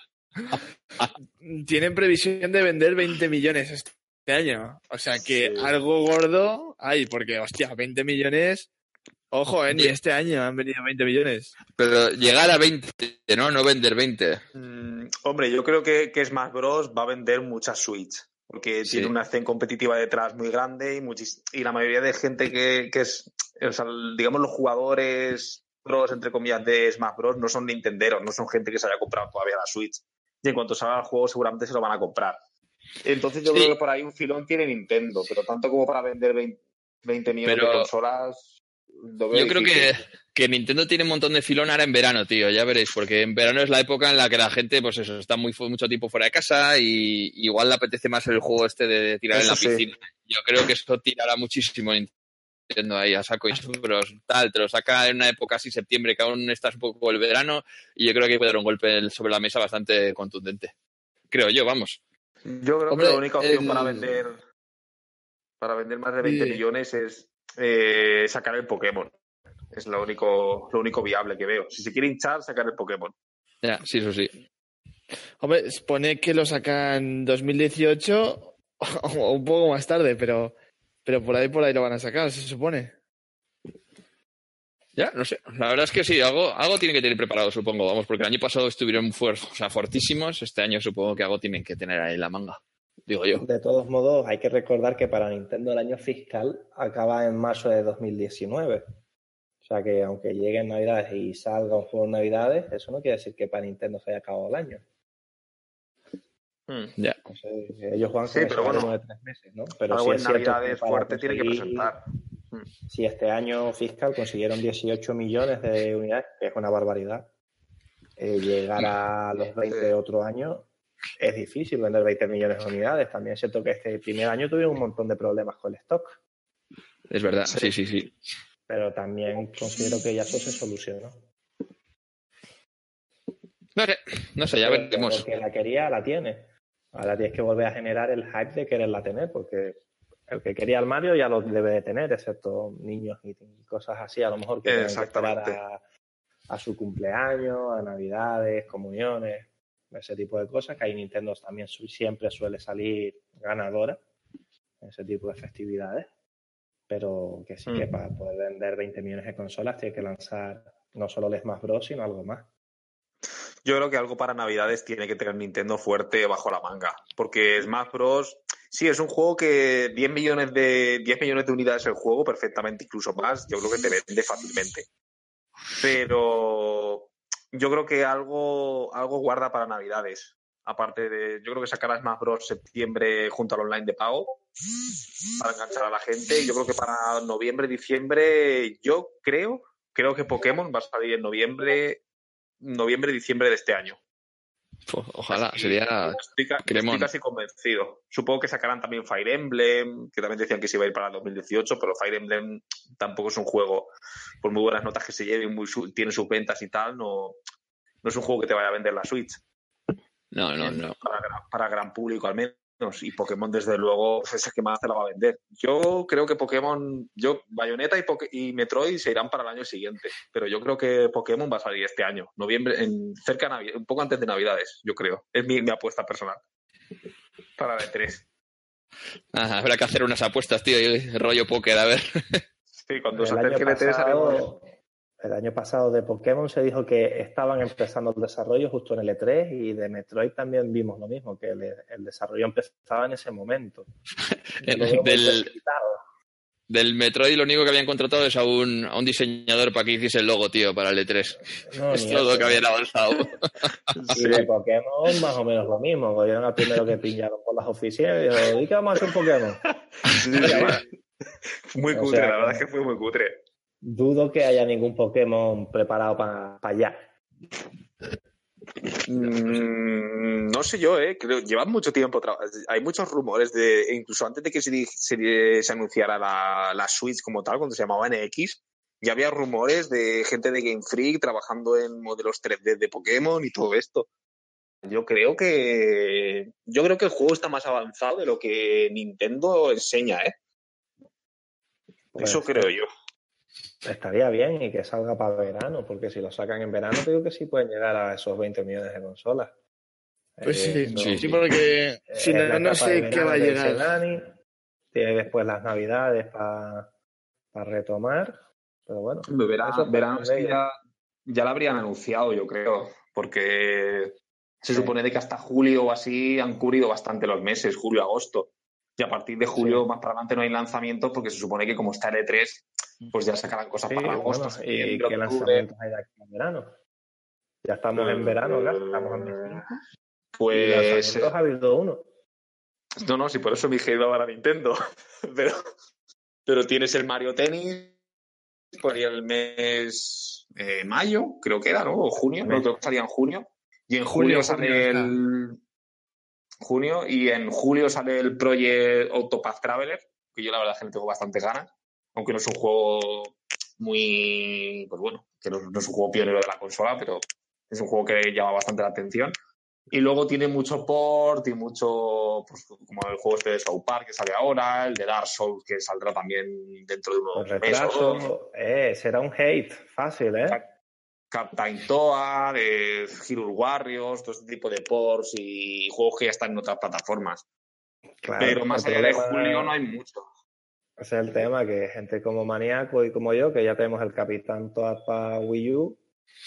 tienen previsión de vender veinte millones este año. O sea que Sí. algo gordo hay, porque, hostia, veinte millones. Ojo, eh, ni este año han venido veinte millones. Pero llegar a veinte, ¿no? No vender veinte. Mm, hombre, yo creo que, que Smash Bros. Va a vender muchas Switch, porque Sí. tiene una escena competitiva detrás muy grande y, muchis- y la mayoría de gente que, que es, o sea, digamos, los jugadores pros, entre comillas, de Smash Bros. No son nintenderos, no son gente que se haya comprado todavía la Switch. Y en cuanto salga el juego, seguramente se lo van a comprar. Entonces, yo Sí. creo que por ahí un filón tiene Nintendo, pero tanto como para vender veinte, veinte millones Pero- de consolas. Lo veo Yo creo que, difícil. que Nintendo tiene un montón de filón ahora en verano, tío, ya veréis, porque en verano es la época en la que la gente, pues eso, está muy fu- mucho tiempo fuera de casa y igual le apetece más el juego este de tirar en Eso la sí. piscina. Yo creo que eso tirará muchísimo Nintendo ahí a saco y pero tal, te lo saca en una época así, septiembre, que aún estás un poco el verano, y yo creo que puede dar un golpe sobre la mesa bastante contundente. Creo yo, vamos. Yo creo Hombre, que la única opción el- para vender para vender más de veinte Sí. millones es eh, sacar el Pokémon. Es lo único, lo único viable que veo. Si se quiere hinchar, sacar el Pokémon. Ya, sí, eso sí. Hombre, pone que lo sacan dos mil dieciocho o un poco más tarde, pero, pero por ahí por ahí lo van a sacar, se supone. Ya, no sé. La verdad es que sí, algo, algo tienen que tener preparado, supongo, vamos, porque el año pasado estuvieron fuer- o sea, fortísimos, este año supongo que algo tienen que tener ahí en la manga, digo yo. De todos modos, hay que recordar que para Nintendo el año fiscal acaba en marzo de dos mil diecinueve. O sea que aunque lleguen Navidades y salga un juego en Navidades, eso no quiere decir que para Nintendo se haya acabado el año. Ya. Entonces, ellos juegan Sí, con pero ese bueno, ritmo de tres meses, ¿no? Pero Algo sí en es cierto Navidades que para fuerte tiene que conseguir- presentar. Si este año fiscal consiguieron dieciocho millones de unidades, que es una barbaridad, eh, llegar a los veinte otro año es difícil vender veinte millones de unidades. También es cierto que este primer año tuvieron un montón de problemas con el stock, Es verdad, sí, sí, sí. pero también considero que ya eso se solucionó. No sé, no sé, ya Porque veremos. El que la quería, la tiene. Ahora tienes que volver a generar el hype de quererla tener, porque el que quería el Mario ya lo debe de tener, excepto niños y cosas así, a lo mejor que tienen que esperar Exactamente. a, a su cumpleaños, a navidades, comuniones, ese tipo de cosas, que ahí Nintendo también su- siempre suele salir ganadora en ese tipo de festividades, pero que sí que Mm. para poder vender veinte millones de consolas tiene que lanzar no solo el Smash Bros, sino algo más. Yo creo que algo para Navidades tiene que tener Nintendo fuerte bajo la manga. Porque Smash Bros. Sí, es un juego que diez millones de diez millones de unidades el juego, perfectamente, incluso más, yo creo que te vende fácilmente. Pero yo creo que algo, algo guarda para Navidades. Aparte de, yo creo que sacará Smash Bros. Septiembre junto al online de pago para enganchar a la gente. Yo creo que para noviembre, diciembre, yo creo, creo que Pokémon va a salir en noviembre, noviembre, diciembre de este año. Uf, ojalá, Así, sería estoy, ca- cremón. estoy casi convencido. Supongo que sacarán también Fire Emblem, que también decían que se iba a ir para el dos mil dieciocho, pero Fire Emblem tampoco es un juego, por muy buenas notas que se lleve, muy su- tiene sus ventas y tal, no, no es un juego que te vaya a vender la Switch. No, no, no. Para, para gran público al menos. Y Pokémon, desde luego, es el que más te la va a vender. Yo creo que Pokémon, yo Bayonetta y, Poké- y Metroid se irán para el año siguiente. Pero yo creo que Pokémon va a salir este año, noviembre, en cerca de Navidad, un poco antes de Navidades, yo creo. Es mi, mi apuesta personal. Para la E tres. Ajá, habrá que hacer unas apuestas, tío, y rollo póker, a ver. Sí, cuando El se año acerque la E tres haremos... pasado, el año pasado de Pokémon se dijo que estaban empezando el desarrollo justo en el E tres, y de Metroid también vimos lo mismo, que el, el desarrollo empezaba en ese momento. El- Lo veo muy del, precipitado. del Metroid lo único que habían contratado es a un, a un diseñador para que hiciese el logo, tío, para el E tres. No, Es ni todo lo eso. que habían avanzado. Y de Pokémon más o menos lo mismo. Cogieron al primero que pillaron por las oficinas y dijo, ¿y qué vamos a hacer un Pokémon? Sí, sí. Muy O cutre, sea, la verdad es que fue muy cutre. Dudo que haya ningún Pokémon preparado para allá. Mm, no sé yo, ¿eh? Creo, llevan mucho tiempo. Tra- hay muchos rumores de, incluso antes de que se, di- se, se anunciara la, la Switch como tal, cuando se llamaba N X, ya había rumores de gente de Game Freak trabajando en modelos tres D de Pokémon y todo esto. Yo creo que yo creo que el juego está más avanzado de lo que Nintendo enseña, ¿eh? Pues, Eso creo yo. Estaría bien y que salga para verano, porque si lo sacan en verano, te digo que sí pueden llegar a esos veinte millones de consolas. Pues Eh, sí, eso- sí, sí, porque eh, si es no, la no etapa de sé qué verano va a que dice llegar. Dani, tiene después las navidades para retomar, pero bueno, Verano, eso es verano es cuestión de que ellos. ya, ya lo habrían anunciado, yo creo, porque se Sí. supone de que hasta julio o así han cubrido bastante los meses, julio, agosto. Y a partir de julio Sí. más para adelante no hay lanzamientos porque se supone que como está el E tres, pues ya sacarán cosas Sí, para agosto, bueno, y septiembre, qué octubre. lanzamientos hay de aquí en verano. Ya estamos en verano, claro, estamos en veinticinco, y Pues lanzamientos ha habido uno. no, no, sí, por eso mi hija iba a la Nintendo. pero, pero tienes el Mario Tennis por ahí el mes eh, mayo, creo que era, ¿no? O junio, no, creo que salía en junio. Y en julio, Junio, sale junio está. el junio y en julio sale el Project Octopath Traveler, que yo la verdad es que le tengo bastante ganas, aunque no es un juego muy, pues bueno, que no, no es un juego pionero de la consola, pero es un juego que llama bastante la atención. Y luego tiene mucho port y mucho, pues como el juego este de South Park que sale ahora, el de Dark Souls que saldrá también dentro de unos Pues meses o dos. retraso, eh, será un hate fácil, ¿eh? Captain Toad, eh, Hyrule Warriors, todo este tipo de ports y juegos que ya están en otras plataformas. Claro, Pero más el allá de problema- julio no hay mucho. Ese es el tema, que gente como Maníaco y como yo, que ya tenemos el Capitán Toad para Wii U.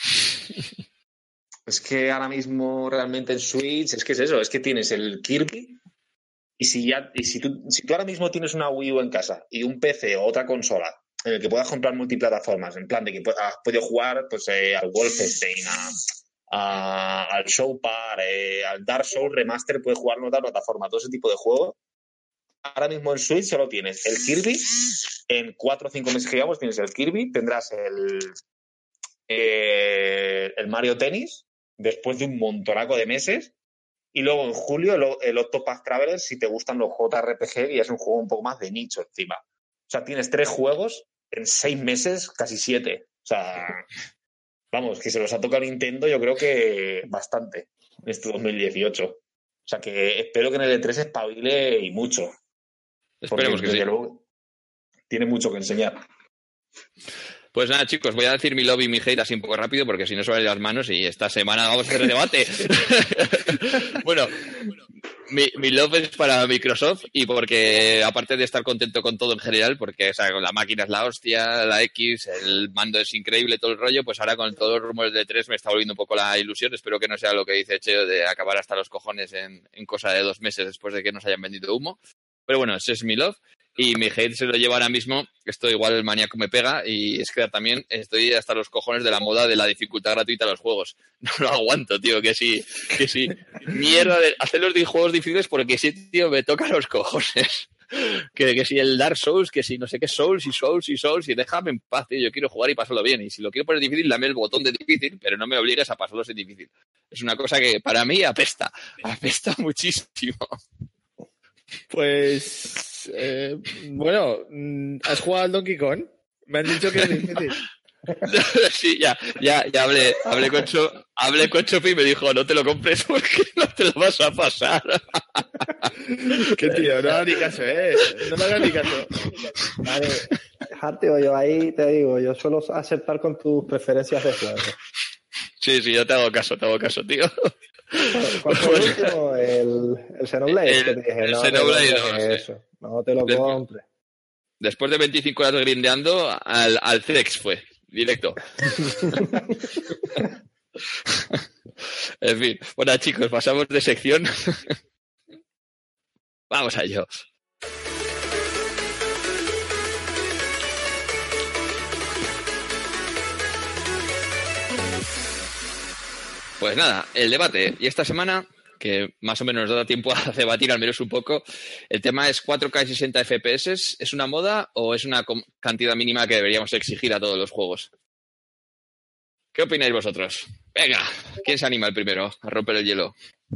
Es que ahora mismo realmente en Switch, es que es eso, es que tienes el Kirby y si ya y si tú, si tú ahora mismo tienes una Wii U en casa y un P C o otra consola en el que puedas comprar multiplataformas, en plan de que has podido jugar pues eh, al Wolfenstein, a, a, al South Park, eh, al Dark Souls Remaster, puedes jugar en otra plataforma, todo ese tipo de juegos. Ahora mismo en Switch solo tienes el Kirby, en cuatro o cinco meses que llevamos tienes el Kirby, tendrás el, eh, el Mario Tennis, después de un montonaco de meses, y luego en julio el, el Octopath Traveler si te gustan los J R P G y es un juego un poco más de nicho encima. O sea, tienes tres juegos en seis meses, casi siete. O sea, vamos, que se los ha tocado Nintendo yo creo que bastante en este dos mil dieciocho. O sea, que espero que en el E tres espabile y mucho. Esperemos Porque, que sí. desde luego, tiene mucho que enseñar. Pues nada, chicos, voy a decir mi love y mi hate así un poco rápido porque si no se van las manos y esta semana vamos a hacer debate. Bueno, mi, mi love es para Microsoft y porque aparte de estar contento con todo en general, porque o sea, la máquina es la hostia, la X, el mando es increíble, todo el rollo, pues ahora con todos los rumores de E tres me está volviendo un poco la ilusión. Espero que no sea lo que dice Cheo de acabar hasta los cojones en, en cosa de dos meses después de que nos hayan vendido humo. Pero bueno, ese es mi love. Y mi hate se lo lleva ahora mismo, esto igual el maníaco me pega, y es que también estoy hasta los cojones de la moda de la dificultad gratuita de los juegos. No lo aguanto, tío, que sí, que sí. Mierda de hacer los juegos difíciles porque sí, tío, me toca los cojones. Que, que si el Dark Souls, que si no sé qué Souls y Souls y Souls, y déjame en paz, tío, yo quiero jugar y pasarlo bien. Y si lo quiero poner difícil, dame el botón de difícil, pero no me obligues a pasarlo en difícil. Es una cosa que para mí apesta, apesta muchísimo. Pues, eh, bueno, ¿has jugado al Donkey Kong? Me han dicho que es difícil. Sí, ya, ya, ya hablé, hablé con Cho, hablé con Chopi y me dijo, no te lo compres porque no te lo vas a pasar. Qué tío, no hagas ni caso, eh. No me hagas ni caso. Vale, Hartio, yo ahí te digo, yo suelo aceptar con tus preferencias de juego. Sí, sí, yo te hago caso, te hago caso, tío. ¿Cuál fue el último? El, el Xenoblade, El- que te dije, el no Xenoblade te dos, compres sí. eso, no te lo Después- compres. Después de veinticinco horas grindeando, al, al Cex fue, directo. En fin, bueno chicos, pasamos de sección. Vamos a ello. Pues nada, el debate. Y esta semana, que más o menos nos da tiempo a debatir al menos un poco, el tema es cuatro K y sesenta F P S. ¿Es una moda o es una com- cantidad mínima que deberíamos exigir a todos los juegos? ¿Qué opináis vosotros? Venga, ¿quién se anima el primero a romper el hielo?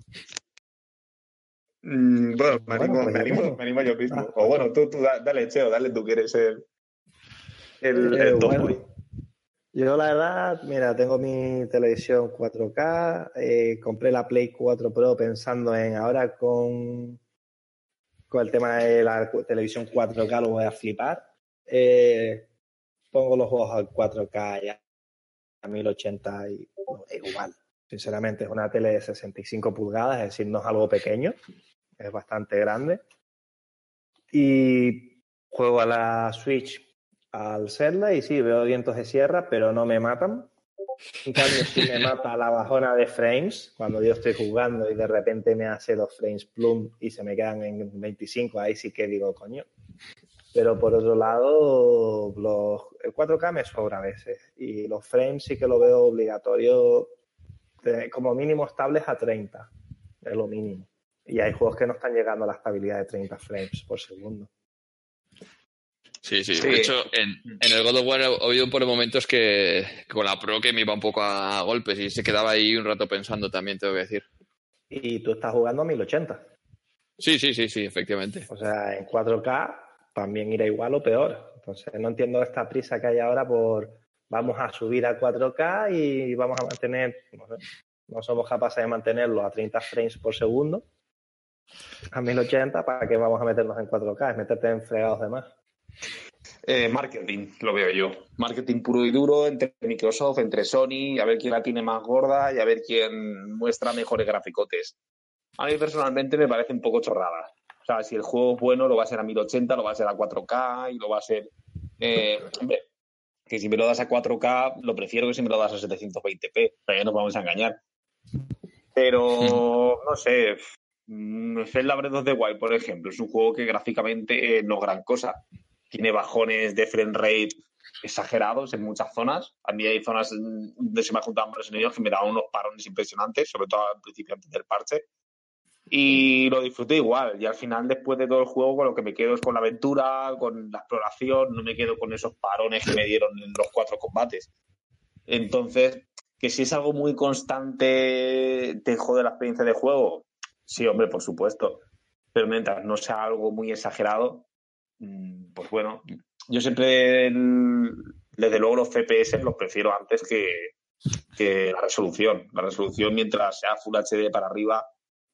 Mm, bueno, me Bueno, animo, pues me, yo animo, mismo. me animo yo mismo. Ah. O bueno, tú, tú da- dale, Cheo, dale tú que eres el, el, Eh, el top bueno, boy. yo la verdad, mira, tengo mi televisión cuatro K, eh, compré la Play cuatro Pro pensando en ahora con, con el tema de la cu- televisión cuatro K lo voy a flipar. Eh, pongo los juegos al cuatro K y a a mil ochenta y no, es igual. Sinceramente, es una tele de sesenta y cinco pulgadas, es decir, no es algo pequeño, es bastante grande. Y juego a la Switch al Zelda y sí, veo vientos de sierra, pero no me matan. En cambio, sí me mata la bajona de frames cuando yo estoy jugando y de repente me hace los frames plum y se me quedan en veinticinco, ahí sí que digo, coño. Pero por otro lado, los, el cuatro K me sobra a veces y los frames sí que lo veo obligatorio, de- como mínimo estables a treinta, es lo mínimo. Y hay juegos que no están llegando a la estabilidad de treinta frames por segundo. Sí, sí, Sí. de hecho, en, en el God of War he oído por momentos que, que con la Pro que me iba un poco a golpes y se quedaba ahí un rato pensando también, tengo que decir. Y tú estás jugando a mil ochenta. Sí, sí, sí, sí, efectivamente. O sea, en cuatro K también irá igual o peor. Entonces, no entiendo esta prisa que hay ahora por vamos a subir a cuatro K y vamos a mantener, no sé, no somos capaces de mantenerlo a treinta frames por segundo, a mil ochenta, ¿para qué vamos a meternos en cuatro K? Es meterte en fregados de más. Eh, marketing, lo veo yo. Marketing puro y duro entre Microsoft, entre Sony, a ver quién la tiene más gorda y a ver quién muestra mejores graficotes. A mí personalmente me parece un poco chorrada. O sea, si el juego es bueno, lo va a ser a mil ochenta, lo va a ser a cuatro K y lo va a ser... Eh, hombre, que si me lo das a cuatro K, lo prefiero que si me lo das a setecientos veinte p. Pero ya nos vamos a engañar. Pero, no sé... mm, Zelda Breath of the Wild, por ejemplo, es un juego que gráficamente eh, no es gran cosa. Tiene bajones de frame rate exagerados en muchas zonas. A mí hay zonas donde se me juntaban varios enemigos que me daban unos parones impresionantes, sobre todo al principio antes del parche. Y lo disfruté igual. Y al final, después de todo el juego, con lo que me quedo es con la aventura, con la exploración, no me quedo con esos parones que me dieron en los cuatro combates. Entonces, que si es algo muy constante, te jode la experiencia de juego. Sí, hombre, por supuesto. Pero mientras no sea algo muy exagerado, pues bueno, yo siempre, desde luego, los F P S los prefiero antes que, que la resolución. La resolución, mientras sea Full H D para arriba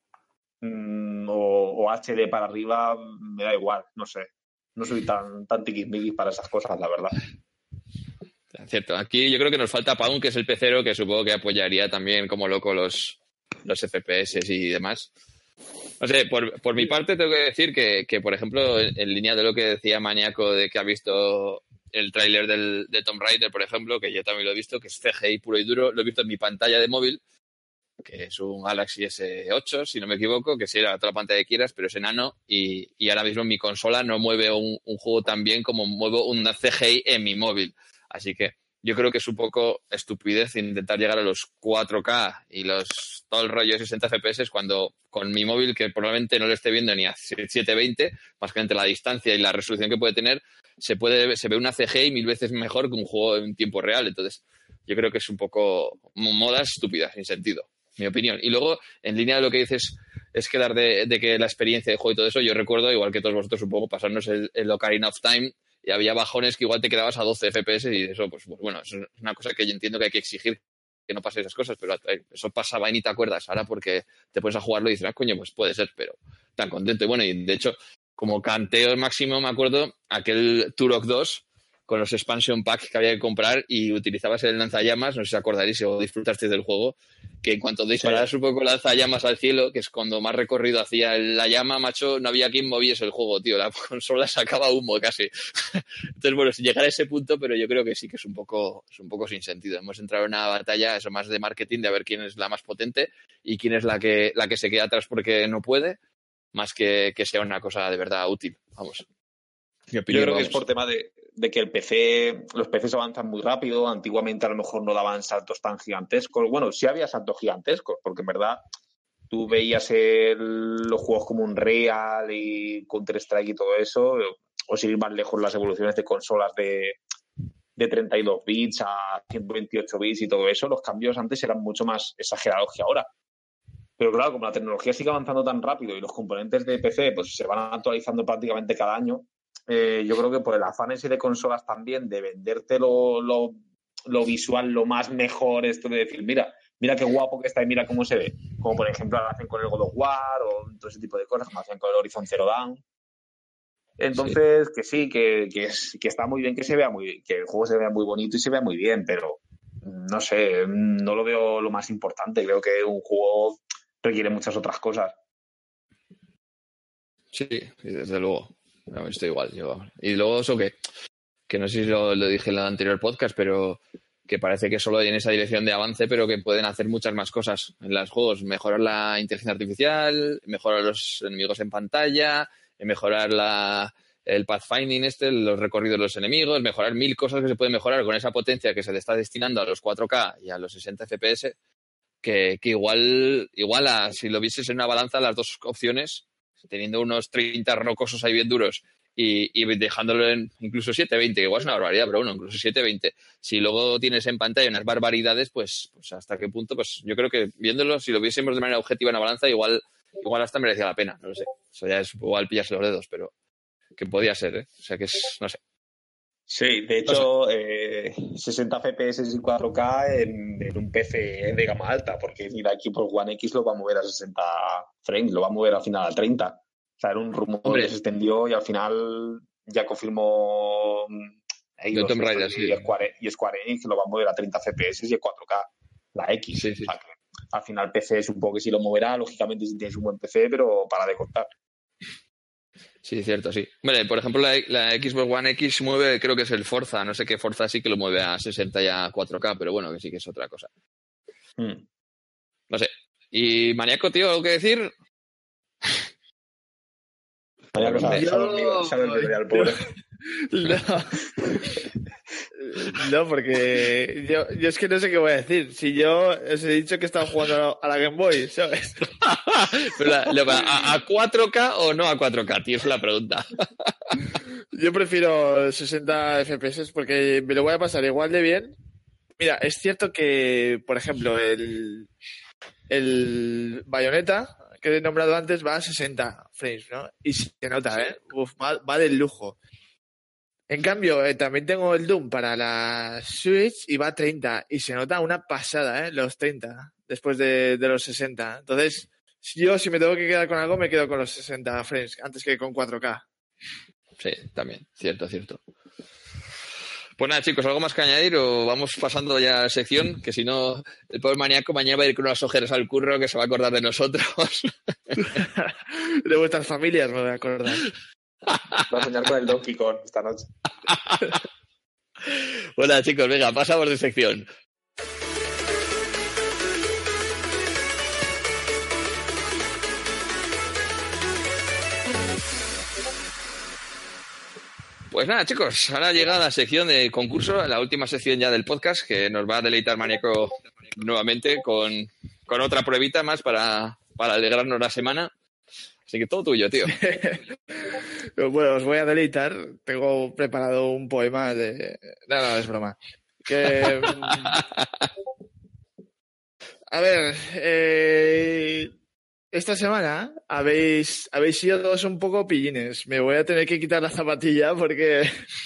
mmm, o, o H D para arriba, me da igual, no sé. No soy tan, tan tiquismiquis para esas cosas, la verdad. Cierto, aquí yo creo que nos falta Paun, que es el pecero, que supongo que apoyaría también como loco los, los F P S y demás. No sé, por, por mi parte tengo que decir que, que por ejemplo, en, en línea de lo que decía Maníaco de que ha visto el tráiler del, de Tomb Raider, por ejemplo, que yo también lo he visto, que es C G I puro y duro, lo he visto en mi pantalla de móvil, que es un Galaxy S ocho, si no me equivoco, que sí era toda la pantalla que quieras, pero es enano, y, y ahora mismo mi consola no mueve un, un juego tan bien como muevo una C G I en mi móvil. Así que yo creo que es un poco estupidez intentar llegar a los cuatro K y los todo el rollo de sesenta F P S cuando con mi móvil, que probablemente no lo esté viendo ni a setecientos veinte, más que entre la distancia y la resolución que puede tener, se puede se ve una C G I mil veces mejor que un juego en tiempo real. Entonces, yo creo que es un poco modas estúpidas, sin sentido, mi opinión. Y luego, en línea de lo que dices, es quedar de, de que la experiencia de juego y todo eso, yo recuerdo, igual que todos vosotros supongo, pasarnos el, el Ocarina of Time y había bajones que igual te quedabas a doce F P S y eso, pues bueno, eso es una cosa que yo entiendo que hay que exigir que no pase esas cosas, pero eso pasaba y ni te acuerdas. Ahora porque te pones a jugarlo y dices, ah, coño, pues puede ser, pero tan contento. Y bueno, y de hecho, como canteo máximo, me acuerdo, aquel Turok dos con los expansion packs que había que comprar y utilizabas el lanzallamas, no sé si acordaréis o disfrutasteis del juego, que en cuanto disparabas sí. un poco lanzallamas al cielo, que es cuando más recorrido hacía la llama, macho, no había quien moviese el juego, tío, la consola sacaba humo casi. Entonces, bueno, sin llegar a ese punto, pero yo creo que sí que es un poco, es un poco sin sentido. Hemos entrado en una batalla, eso más de marketing, de a ver quién es la más potente y quién es la que, la que se queda atrás porque no puede, más que que sea una cosa de verdad útil, vamos. Yo creo que es por tema de, de que el P C, los P Cs avanzan muy rápido. Antiguamente a lo mejor no daban saltos tan gigantescos. Bueno, sí había saltos gigantescos, porque en verdad tú veías el, los juegos como un Real y Counter-Strike y todo eso, o sin ir más lejos las evoluciones de consolas de, de treinta y dos bits a ciento veintiocho bits y todo eso, los cambios antes eran mucho más exagerados que ahora. Pero claro, como la tecnología sigue avanzando tan rápido y los componentes de P C pues se van actualizando prácticamente cada año, Eh, yo creo que por el afán ese de consolas también, de venderte lo, lo, lo visual, lo más mejor, esto de decir, mira, mira qué guapo que está y mira cómo se ve. Como por ejemplo lo hacen con el God of War o todo ese tipo de cosas, como hacen con el Horizon Zero Dawn. Entonces, sí. que sí, que, que, es, que está muy bien que se vea muy que el juego se vea muy bonito y se vea muy bien, pero no sé, no lo veo lo más importante. Creo que un juego requiere muchas otras cosas. Sí, desde luego. No, estoy igual. Yo. Y luego eso que, que no sé si lo, lo dije en el anterior podcast, pero que parece que solo hay en esa dirección de avance, pero que pueden hacer muchas más cosas en los juegos. Mejorar la inteligencia artificial, mejorar los enemigos en pantalla, mejorar la, el pathfinding este, los recorridos de los enemigos, mejorar mil cosas que se pueden mejorar con esa potencia que se le está destinando a los cuatro K y a los sesenta F P S, que, que igual, igual a, si lo vieses en una balanza, las dos opciones, teniendo unos treinta rocosos ahí bien duros y, y dejándolo en incluso siete veinte, que igual es una barbaridad, pero bueno, incluso siete veinte. Si luego tienes en pantalla unas barbaridades, pues, pues hasta qué punto, pues yo creo que viéndolo, si lo viésemos de manera objetiva en la balanza, igual, igual hasta merecía la pena, no lo sé. Eso ya es igual pillarse los dedos, pero que podía ser, ¿eh? O sea que es, no sé. Sí, de hecho, eh, sesenta F P S y cuatro K en, en un P C de gama alta, porque mira, aquí por One X lo va a mover a sesenta frames, lo va a mover al final a treinta. O sea, era un rumor Hombre. que se extendió y al final ya confirmó Eidos, Tomb Raider, sí. y, Square, y Square Enix que lo va a mover a treinta F P S y a cuatro K, la X. Sí, sí. O sea, que al final P C supongo que sí lo moverá, lógicamente si tienes un buen P C, pero para de contar. Sí, cierto, sí. Vale, por ejemplo, la, la Xbox One X mueve, creo que es el Forza, no sé qué Forza sí que lo mueve a sesenta y a cuatro K, pero bueno, que sí que es otra cosa. Hmm. No sé. ¿Y Maníaco, tío, algo que decir? Maníaco, se ha dormido, se ha dormido ya el pobre. No. No, porque yo, yo es que no sé qué voy a decir. Si yo os he dicho que estaba jugando a la Game Boy, ¿sabes? Pero la, la, ¿a, ¿A cuatro K o no a cuatro K, tío? Es la pregunta. Yo prefiero sesenta F P S porque me lo voy a pasar igual de bien. Mira, es cierto que, por ejemplo, el, el Bayonetta, que he nombrado antes, va a sesenta frames, ¿no? Y se nota, ¿eh? Uf, va, va del lujo. En cambio, eh, también tengo el Doom para la Switch y va a treinta. Y se nota una pasada, ¿eh? Los treinta, después de, de los sesenta. Entonces, yo si me tengo que quedar con algo, me quedo con los sesenta frames, antes que con cuatro K. Sí, también. Cierto, cierto. Pues nada, chicos, ¿algo más que añadir o vamos pasando ya a la sección? Que si no, el pobre Maníaco mañana va a ir con unas ojeras al curro que se va a acordar de nosotros. De vuestras familias me voy a acordar. Va a soñar con el Donkey Kong esta noche. Bueno, chicos, venga, pasamos de sección. Pues nada, chicos, ahora llega la sección de concurso, la última sección ya del podcast, que nos va a deleitar Maníaco nuevamente con, con otra pruebita más para, para alegrarnos la semana. Así que todo tuyo, tío. Bueno, os voy a deleitar. Tengo preparado un poema de... No, no, es broma. Que... A ver, eh... esta semana habéis, habéis sido todos un poco pillines. Me voy a tener que quitar la zapatilla porque,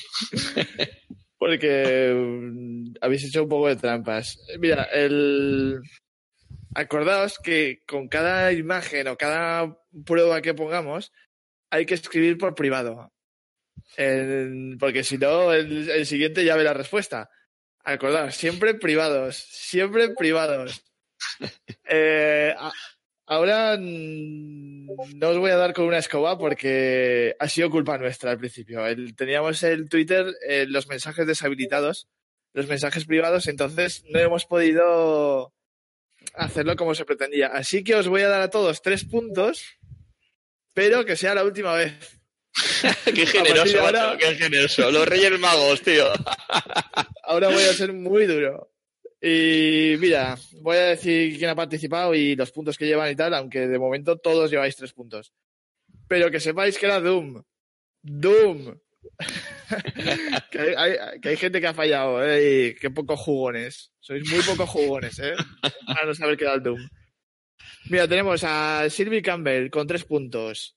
porque um, habéis hecho un poco de trampas. Mira, el... acordaos que con cada imagen o cada prueba que pongamos hay que escribir por privado. El... Porque si no, el, el siguiente ya ve la respuesta. Acordaos, siempre privados, siempre privados. Eh, a... Ahora no os voy a dar con una escoba porque ha sido culpa nuestra al principio. El, teníamos el Twitter, eh, los mensajes deshabilitados, los mensajes privados, entonces no hemos podido hacerlo como se pretendía. Así que os voy a dar a todos tres puntos, pero que sea la última vez. Qué generoso, ahora, macho, qué generoso. Los Reyes Magos, tío. Ahora voy a ser muy duro. Y mira, voy a decir quién ha participado y los puntos que llevan y tal, aunque de momento todos lleváis tres puntos. Pero que sepáis que era Doom. Doom. que, hay, hay, que hay gente que ha fallado, ¿eh? Y qué pocos jugones. Sois muy pocos jugones, ¿eh? Para no saber qué era el Doom. Mira, tenemos a Sylvie Campbell con tres puntos.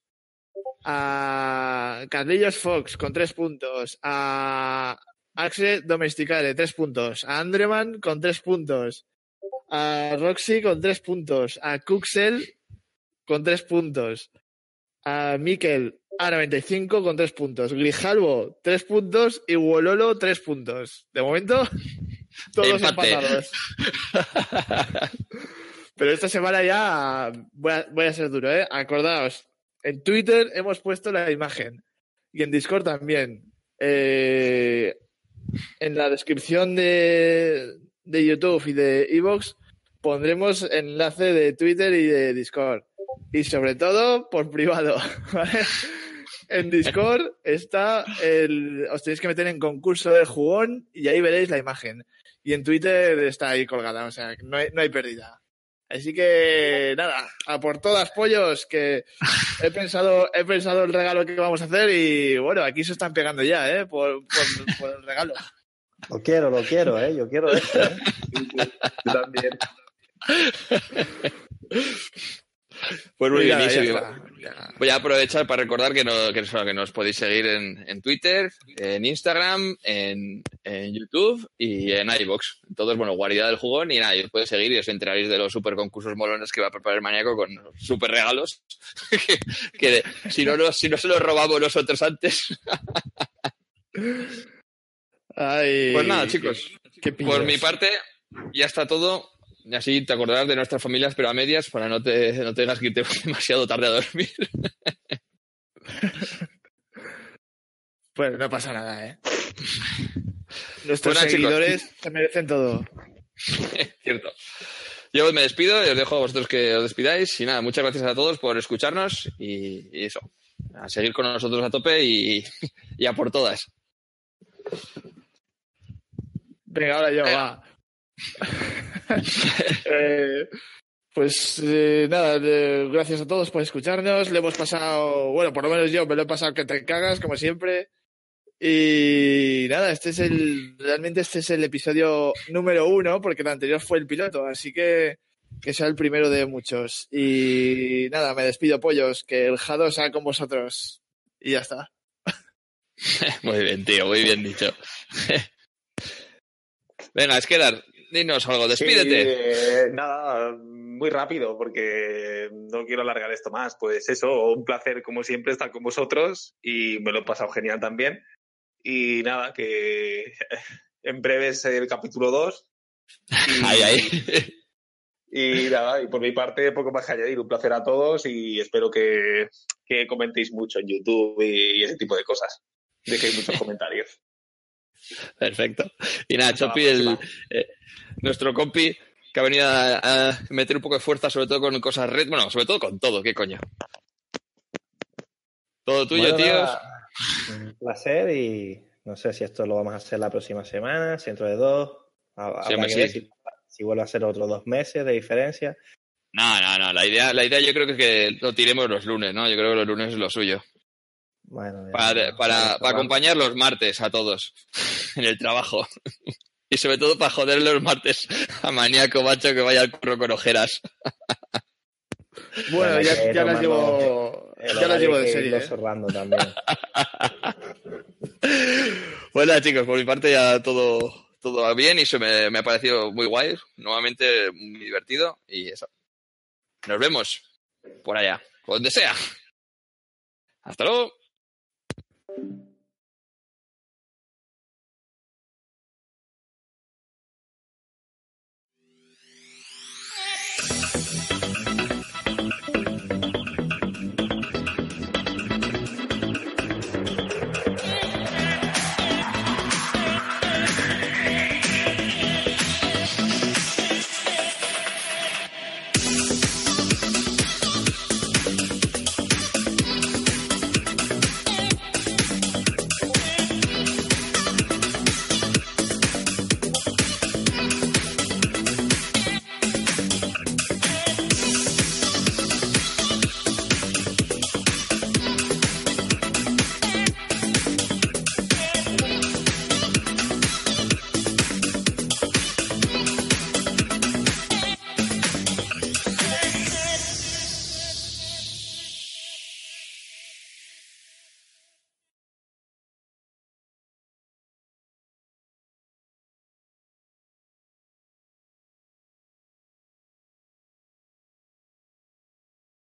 A Carlillos Fox con tres puntos. A Axe Domesticare, tres puntos. A Andreman con tres puntos. A Roxy con tres puntos. A Cuxel con tres puntos. A Mikel A noventa y cinco con tres puntos. Grijalvo, tres puntos. Y Wololo, tres puntos. De momento, todos Empate. empatados. Pero esta semana ya voy a, voy a ser duro, ¿eh? Acordaos, en Twitter hemos puesto la imagen. Y en Discord también. Eh... En la descripción de, de YouTube y de iVoox pondremos enlace de Twitter y de Discord. Y sobre todo por privado, ¿vale? En Discord está el... Os tenéis que meter en concurso del jugón y ahí veréis la imagen. Y en Twitter está ahí colgada, o sea, no hay, no hay pérdida. Así que, nada, a por todas, pollos, que he pensado, he pensado el regalo que vamos a hacer y, bueno, aquí se están pegando ya, ¿eh? Por, por, por el regalo. Lo quiero, lo quiero, ¿eh? Yo quiero esto, ¿eh? Yo también. Pues muy Ya, bien, ya Isi. está, ya. Voy a aprovechar para recordar que, no, que, que nos podéis seguir en, en Twitter, en Instagram, en, en YouTube y en iVoox. Entonces, bueno, Guarida del Jugón y nada, y os podéis seguir y os enteraréis de los super concursos molones que va a preparar el Maníaco con super regalos. que que si, no, no, si no se los robamos nosotros antes. Ay, Pues nada, chicos, qué por mi parte ya está todo. Y así te acordarás de nuestras familias, pero a medias, para no te no tengas que irte demasiado tarde a dormir. Pues no pasa nada, ¿eh? Nuestros Bueno, seguidores chicos, se merecen todo. cierto. Yo me despido y os dejo a vosotros que os despidáis. Y nada, muchas gracias a todos por escucharnos y, y eso, a seguir con nosotros a tope y, y a por todas. Venga, ahora yo, va. eh, pues eh, nada, eh, gracias a todos por escucharnos. Le hemos pasado, bueno, por lo menos yo me lo he pasado que te cagas, como siempre. Y nada, este es el, realmente este es el episodio número uno, porque el anterior fue el piloto, así que que sea el primero de muchos. Y nada, me despido, pollos, que el Jado sea con vosotros. Y ya está. Muy bien, tío, muy bien dicho. Venga, Esquelar, dinos algo, despídete. Sí, eh, nada, muy rápido, porque no quiero alargar esto más. Pues eso, un placer como siempre estar con vosotros y me lo he pasado genial también. Y nada, que en breve es el capítulo dos. Y, ahí, ahí. Y nada, y por mi parte, poco más que añadir. Un placer a todos y espero que, que comentéis mucho en YouTube y, y ese tipo de cosas. Dejéis muchos comentarios. Perfecto. Y nada, Chopi, el, eh, nuestro compi, que ha venido a, a meter un poco de fuerza, sobre todo con cosas red, bueno, sobre todo con todo, ¿qué coño? Todo tuyo, Bueno, tíos. nada, un placer y no sé si esto lo vamos a hacer la próxima semana, si dentro de dos, habrá Sí, hombre, que ver sí. si, si vuelve a ser otros dos meses de diferencia. No, no, no, la idea, la idea yo creo que es que lo tiremos los lunes, ¿no? Yo creo que los lunes es lo suyo. Bueno, ya, Para, ya, para, ya, para acompañar los martes a todos en el trabajo. Y sobre todo para joder los martes a Maníaco, macho, que vaya al curro con ojeras. Bueno, ya, que ya las Romano, llevo, el ya las horario llevo hay de que serie. irlo ¿eh? cerrando también. Bueno, chicos, por mi parte ya todo, todo va bien y eso me, me ha parecido muy guay. Nuevamente muy divertido y eso. Nos vemos por allá, por donde sea. Hasta luego.